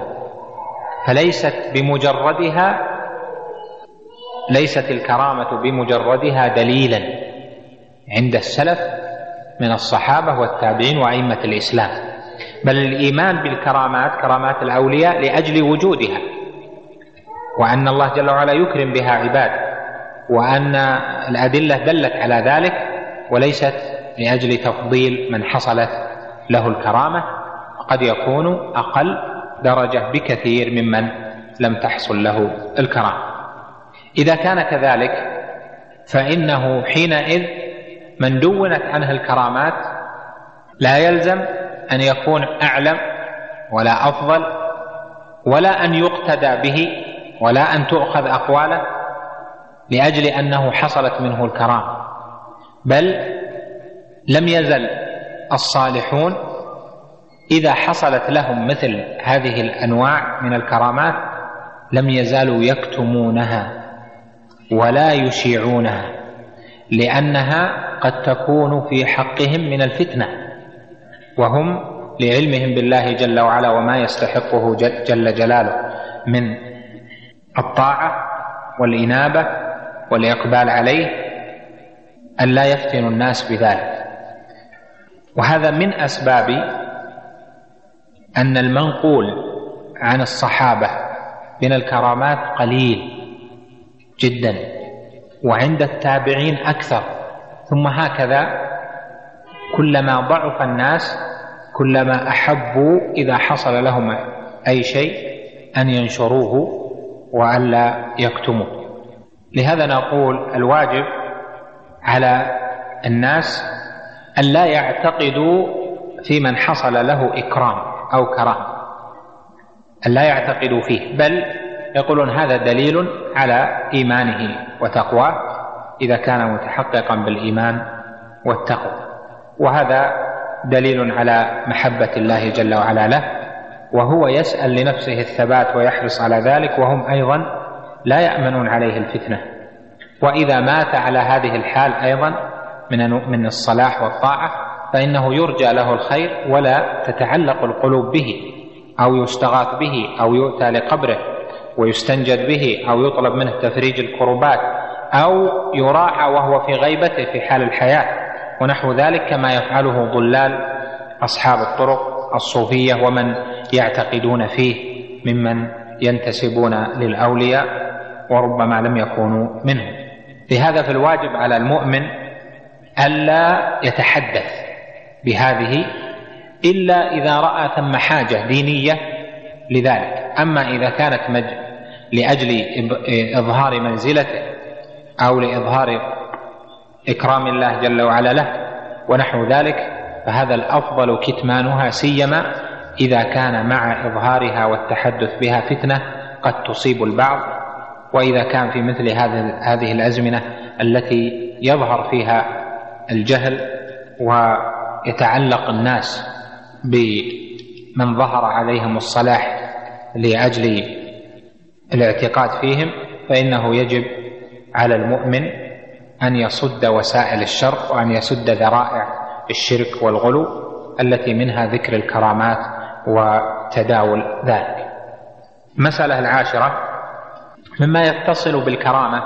ليست الكرامة بمجردها دليلا عند السلف من الصحابة والتابعين وأئمة الإسلام، بل الإيمان بالكرامات كرامات الأولياء لأجل وجودها، وأن الله جل وعلا يكرم بها عباده، وأن الأدلة دلت على ذلك، وليست لأجل تفضيل من حصلت له الكرامة، قد يكون أقل درجة بكثير ممن لم تحصل له الكرامة. إذا كان كذلك فإنه حينئذ من دونت عنه الكرامات لا يلزم أن يكون أعلم ولا أفضل، ولا أن يقتدى به، ولا أن تؤخذ أقواله لأجل أنه حصلت منه الكرامة، بل لم يزل الصالحون إذا حصلت لهم مثل هذه الأنواع من الكرامات لم يزالوا يكتمونها ولا يشيعونها، لأنها قد تكون في حقهم من الفتنة، وهم لعلمهم بالله جل وعلا وما يستحقه جل جلاله من الطاعة والإنابة والإقبال عليه أن لا يفتن الناس بذلك. وهذا من أسباب أن المنقول عن الصحابة من الكرامات قليل جدا، وعند التابعين أكثر، ثم هكذا كلما ضعف الناس كلما أحبوا إذا حصل لهم أي شيء أن ينشروه وألا يكتموه. لهذا نقول الواجب على الناس أن لا يعتقدوا في من حصل له إكرام أو كرام، أن لا يعتقدوا فيه، بل يقولون هذا دليل على إيمانه وتقواه إذا كان متحققا بالإيمان والتقوى. وهذا دليل على محبة الله جل وعلا له، وهو يسأل لنفسه الثبات ويحرص على ذلك، وهم أيضا لا يأمنون عليه الفتنة. وإذا مات على هذه الحال أيضا من الصلاح والطاعة فإنه يرجى له الخير ولا تتعلق القلوب به، أو يستغاث به، أو يؤتى لقبره ويستنجد به، أو يطلب منه تفريج الكربات، أو يراعى وهو في غيبته في حال الحياة ونحو ذلك، كما يفعله ضلال أصحاب الطرق الصوفية ومن يعتقدون فيه ممن ينتسبون للأولياء وربما لم يكونوا منهم. لهذا فالواجب على المؤمن ألا يتحدث بهذه إلا إذا رأى ثم حاجة دينية لذلك. أما إذا كانت لأجل إظهار منزلته أو لإظهار إكرام الله جل وعلا له ونحو ذلك فهذا الأفضل كتمانها، سيما إذا كان مع إظهارها والتحدث بها فتنة قد تصيب البعض، وإذا كان في مثل هذه الأزمنة التي يظهر فيها الجهل ويتعلق الناس بمن ظهر عليهم الصلاح لأجل الاعتقاد فيهم، فإنه يجب على المؤمن أن يصد وسائل الشر وأن يسد ذرائع الشرك والغلو التي منها ذكر الكرامات وتداول ذلك. المسألة العاشرة مما يتصل بالكرامة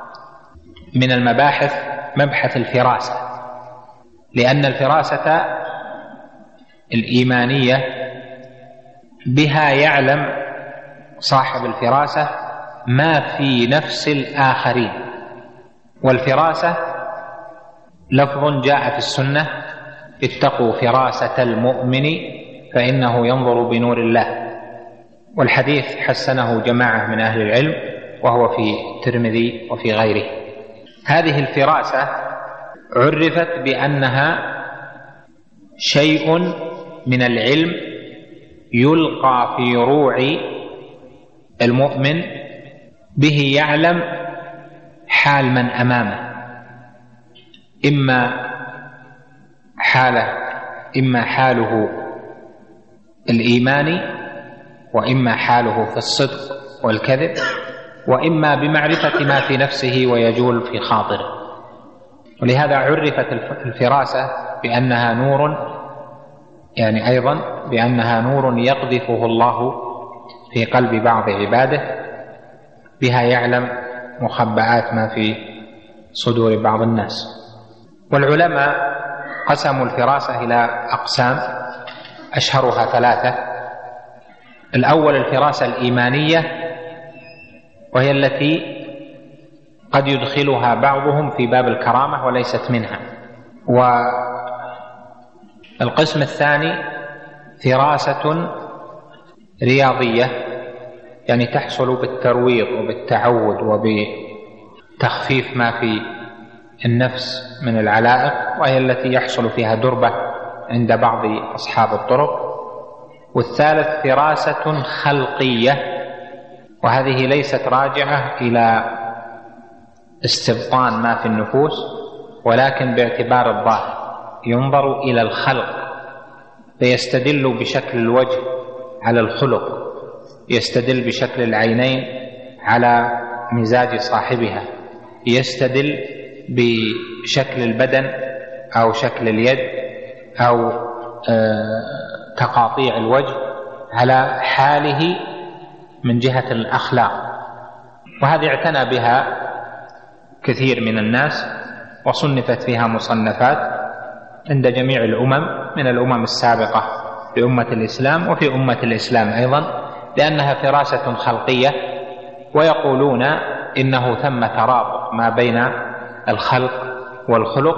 من المباحث مبحث الفراسة، لأن الفراسة الإيمانية بها يعلم صاحب الفراسة ما في نفس الآخرين. والفراسة لفظ جاء في السنة: اتقوا فراسة المؤمن فإنه ينظر بنور الله. والحديث حسنه جماعة من أهل العلم وهو في الترمذي وفي غيره. هذه الفراسة عرفت بأنها شيء من العلم يلقى في روع المؤمن به يعلم حال من أمامه، إما حاله الإيماني، وإما حاله في الصدق والكذب، وإما بمعرفة ما في نفسه ويجول في خاطره. ولهذا عرفت الفراسة بأنها نور، يعني أيضا بأنها نور يقذفه الله في قلب بعض عباده، بها يعلم مخبآت ما في صدور بعض الناس. والعلماء قسموا الفراسة إلى أقسام أشهرها ثلاثة. الأول الفراسة الإيمانية، وهي التي قد يدخلها بعضهم في باب الكرامة وليست منها. والقسم الثاني فراسة رياضية، يعني تحصل بالترويض وبالتعود وبتخفيف ما في النفس من العلائق، وهي التي يحصل فيها دربة عند بعض أصحاب الطرق. والثالث فراسة خلقية، وهذه ليست راجعة إلى استبطان ما في النفوس، ولكن باعتبار الظاهر، ينظر إلى الخلق فيستدل بشكل الوجه على الخلق، يستدل بشكل العينين على مزاج صاحبها، يستدل بشكل البدن أو شكل اليد أو تقاطيع الوجه على حاله من جهة الأخلاق. وهذه اعتنى بها كثير من الناس، وصنفت فيها مصنفات عند جميع الأمم من الأمم السابقة في أمة الإسلام وفي أمة الإسلام أيضا، لأنها فراسة خلقية. ويقولون إنه ثم ترابط ما بين الخلق والخلق.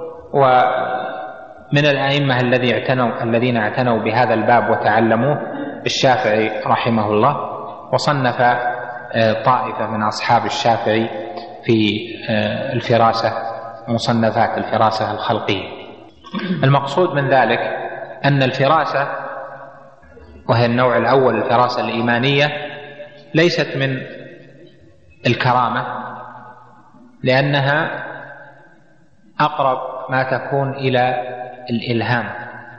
ومن الأئمة الذين اعتنوا بهذا الباب وتعلموه الشافعي رحمه الله، وصنف طائفة من أصحاب الشافعي في الفراسة مصنفات الفراسة الخلقية. المقصود من ذلك أن الفراسة، وهي النوع الأول الفراسة الإيمانية، ليست من الكرامة، لأنها أقرب ما تكون إلى الإلهام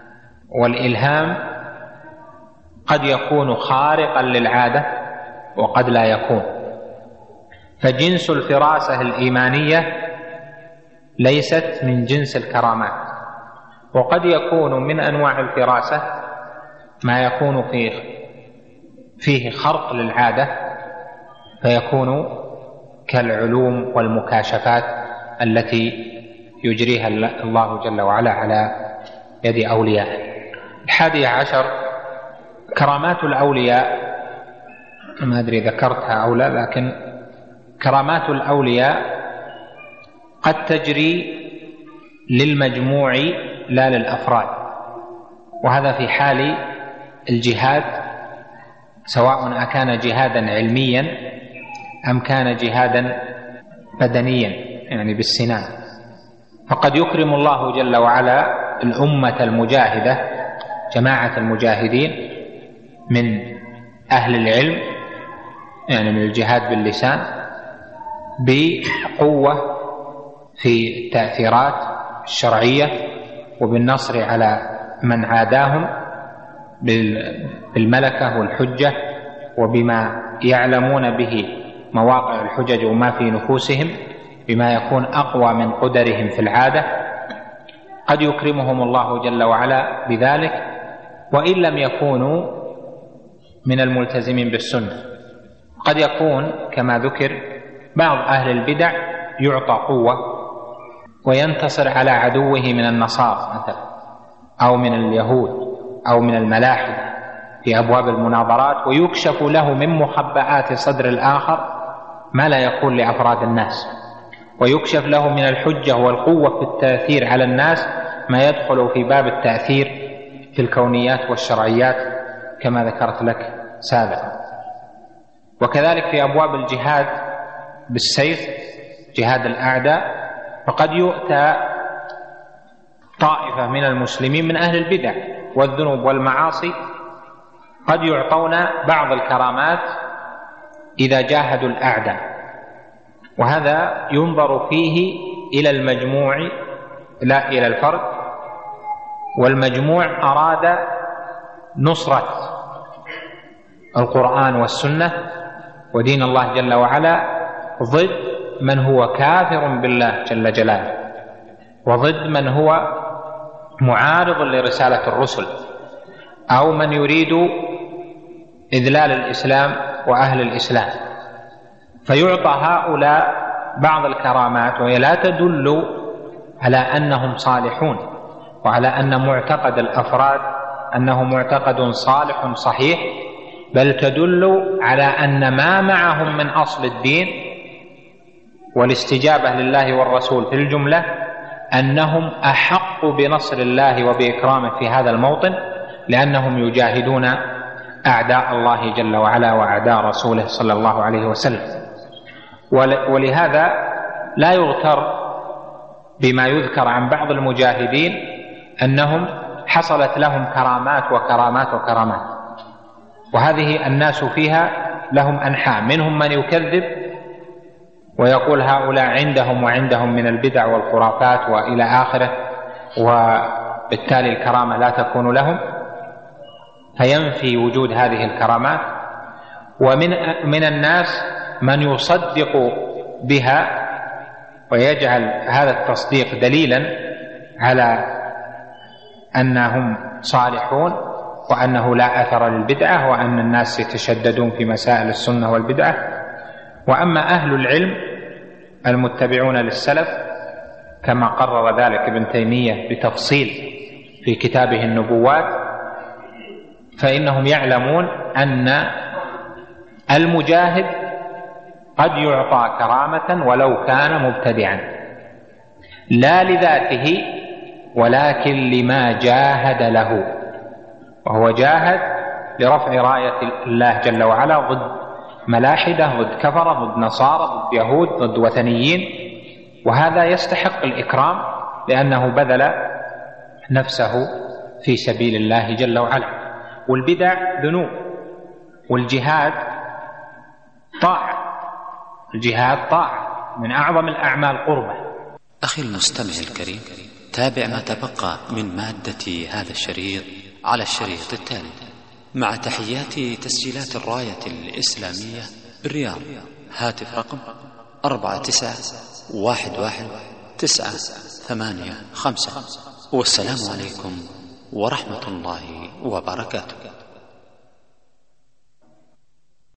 والإلهام قد يكون خارقا للعادة وقد لا يكون. فجنس الفراسة الإيمانية ليست من جنس الكرامات، وقد يكون من أنواع الفراسة ما يكون فيه خرق للعادة فيكون كالعلوم والمكاشفات التي يجريها الله جل وعلا على يد أوليائه. 11 كرامات الأولياء، ما أدري ذكرتها أو لا، لكن كرامات الأولياء قد تجري للمجموع لا للأفراد، وهذا في حال الجهاد، سواء أكان جهادا علميا أم كان جهادا بدنيا يعني بالسنان. فقد يكرم الله جل وعلا الأمة المجاهدة، جماعة المجاهدين من أهل العلم يعني من الجهاد باللسان، بقوة في التأثيرات الشرعية وبالنصر على من عاداهم بالملكة والحجة وبما يعلمون به مواقع الحجج وما في نفوسهم بما يكون أقوى من قدرهم في العادة. قد يكرمهم الله جل وعلا بذلك وإن لم يكونوا من الملتزمين بالسنة. قد يكون كما ذكر بعض أهل البدع يعطى قوة وينتصر على عدوه من النصارى مثلا أو من اليهود أو من الملاحدة في أبواب المناظرات، ويكشف له من مخبآت صدر الآخر ما لا يكون لأفراد الناس، ويكشف له من الحجة والقوة في التأثير على الناس ما يدخل في باب التأثير في الكونيات والشرعيات كما ذكرت لك سابقا. وكذلك في أبواب الجهاد بالسيف، جهاد الأعداء، فقد يؤتى طائفة من المسلمين من أهل البدع والذنوب والمعاصي قد يعطون بعض الكرامات إذا جاهدوا الأعداء، وهذا ينظر فيه إلى المجموع لا إلى الفرد، والمجموع أراد نصرة القرآن والسنة ودين الله جل وعلا ضد من هو كافر بالله جل جلاله وضد من هو معارض لرسالة الرسل أو من يريد إذلال الإسلام وأهل الإسلام. فيعطى هؤلاء بعض الكرامات وهي لا تدل على أنهم صالحون وعلى أن معتقد الأفراد أنه معتقد صالح صحيح، بل تدل على أن ما معهم من أصل الدين والاستجابة لله والرسول في الجملة أنهم أحق بنصر الله وبإكرامه في هذا الموطن، لأنهم يجاهدون أعداء الله جل وعلا وأعداء رسوله صلى الله عليه وسلم. ولهذا لا يغتر بما يذكر عن بعض المجاهدين أنهم حصلت لهم كرامات وكرامات وكرامات، وهذه الناس فيها لهم أنحاء، منهم من يكذب ويقول هؤلاء عندهم وعندهم من البدع والخرافات وإلى آخره، وبالتالي الكرامة لا تكون لهم، فينفي وجود هذه الكرامات. ومن الناس من يصدق بها ويجعل هذا التصديق دليلا على أنهم صالحون وأنه لا أثر للبدعة وأن الناس يتشددون في مسائل السنة والبدعة. وأما أهل العلم المتبعون للسلف كما قرر ذلك ابن تيمية بتفصيل في كتابه النبوات، فإنهم يعلمون أن المجاهد قد يعطى كرامة ولو كان مبتدعا، لا لذاته ولكن لما جاهد له، وهو جاهد لرفع راية الله جل وعلا ضد ملاحدة، ضد كفرة، ضد نصارى، ضد يهود، ضد وثنيين، وهذا يستحق الإكرام لأنه بذل نفسه في سبيل الله جل وعلا. والبدع ذنوب، والجهاد طاعة، الجهاد طاعة من أعظم الأعمال قربة. أخي المستمع الكريم، تابع ما تبقى من مادة هذا الشريط الشريط التالي. مع تحيات تسجيلات الراية الإسلامية بالرياض. هاتف رقم 49111985. والسلام عليكم ورحمة الله وبركاته.